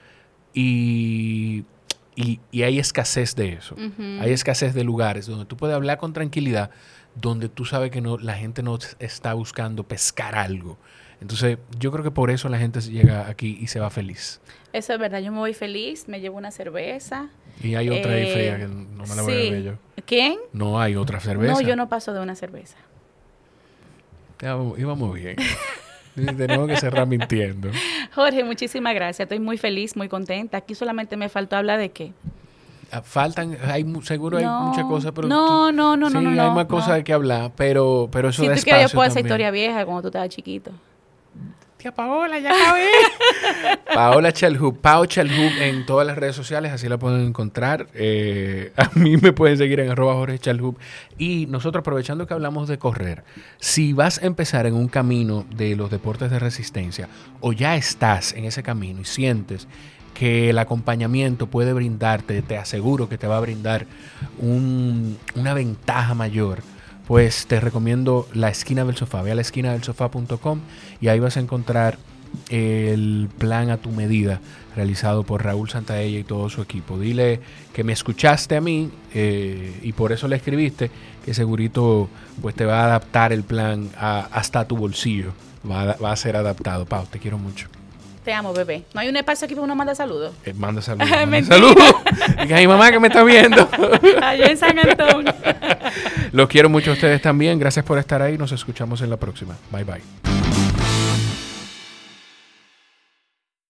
y, y, y hay escasez de eso. Ujú. Hay escasez de lugares donde tú puedes hablar con tranquilidad donde tú sabes que no, la gente no está buscando pescar algo. Entonces, yo creo que por eso la gente llega aquí y se va feliz. Eso es verdad. Yo me voy feliz, me llevo una cerveza. Y hay otra eh, ahí fría que no me la voy sí. a beber yo. ¿Quién? No hay otra cerveza. No, yo no paso de una cerveza. Ya, íbamos bien. Tenemos que cerrar mintiendo. Jorge, muchísimas gracias. Estoy muy feliz, muy contenta. Aquí solamente me faltó hablar de qué. Faltan, hay seguro no, hay muchas cosas, pero no, tú, no, no, sí, no, no, hay más no. cosas de que hablar, pero, pero eso si da tú espacio quieres, yo puedo hacer también. historia vieja cuando tú estabas chiquito. Tía Paola, ya acabé. Paola Chalhoub, Pao Chalhoub en todas las redes sociales, así la pueden encontrar. Eh, a mí me pueden seguir en arroba Jorge Chalhoub. Y nosotros, aprovechando que hablamos de correr, si vas a empezar en un camino de los deportes de resistencia o ya estás en ese camino y sientes que el acompañamiento puede brindarte, te aseguro que te va a brindar un, una ventaja mayor, pues te recomiendo La Esquina del Sofá. Ve a la esquina del sofá punto com y ahí vas a encontrar el plan a tu medida realizado por Raúl Santaella y todo su equipo. Dile que me escuchaste a mí eh, y por eso le escribiste, que segurito pues te va a adaptar el plan a, hasta tu bolsillo. Va a, va a ser adaptado. Pau, te quiero mucho. Te amo, bebé. ¿No hay un espacio aquí para uno manda saludos? Eh, manda saludos. Manda saludos. Y a mi mamá que me está viendo. Allá en San Antonio. Los quiero mucho a ustedes también. Gracias por estar ahí. Nos escuchamos en la próxima. Bye, bye.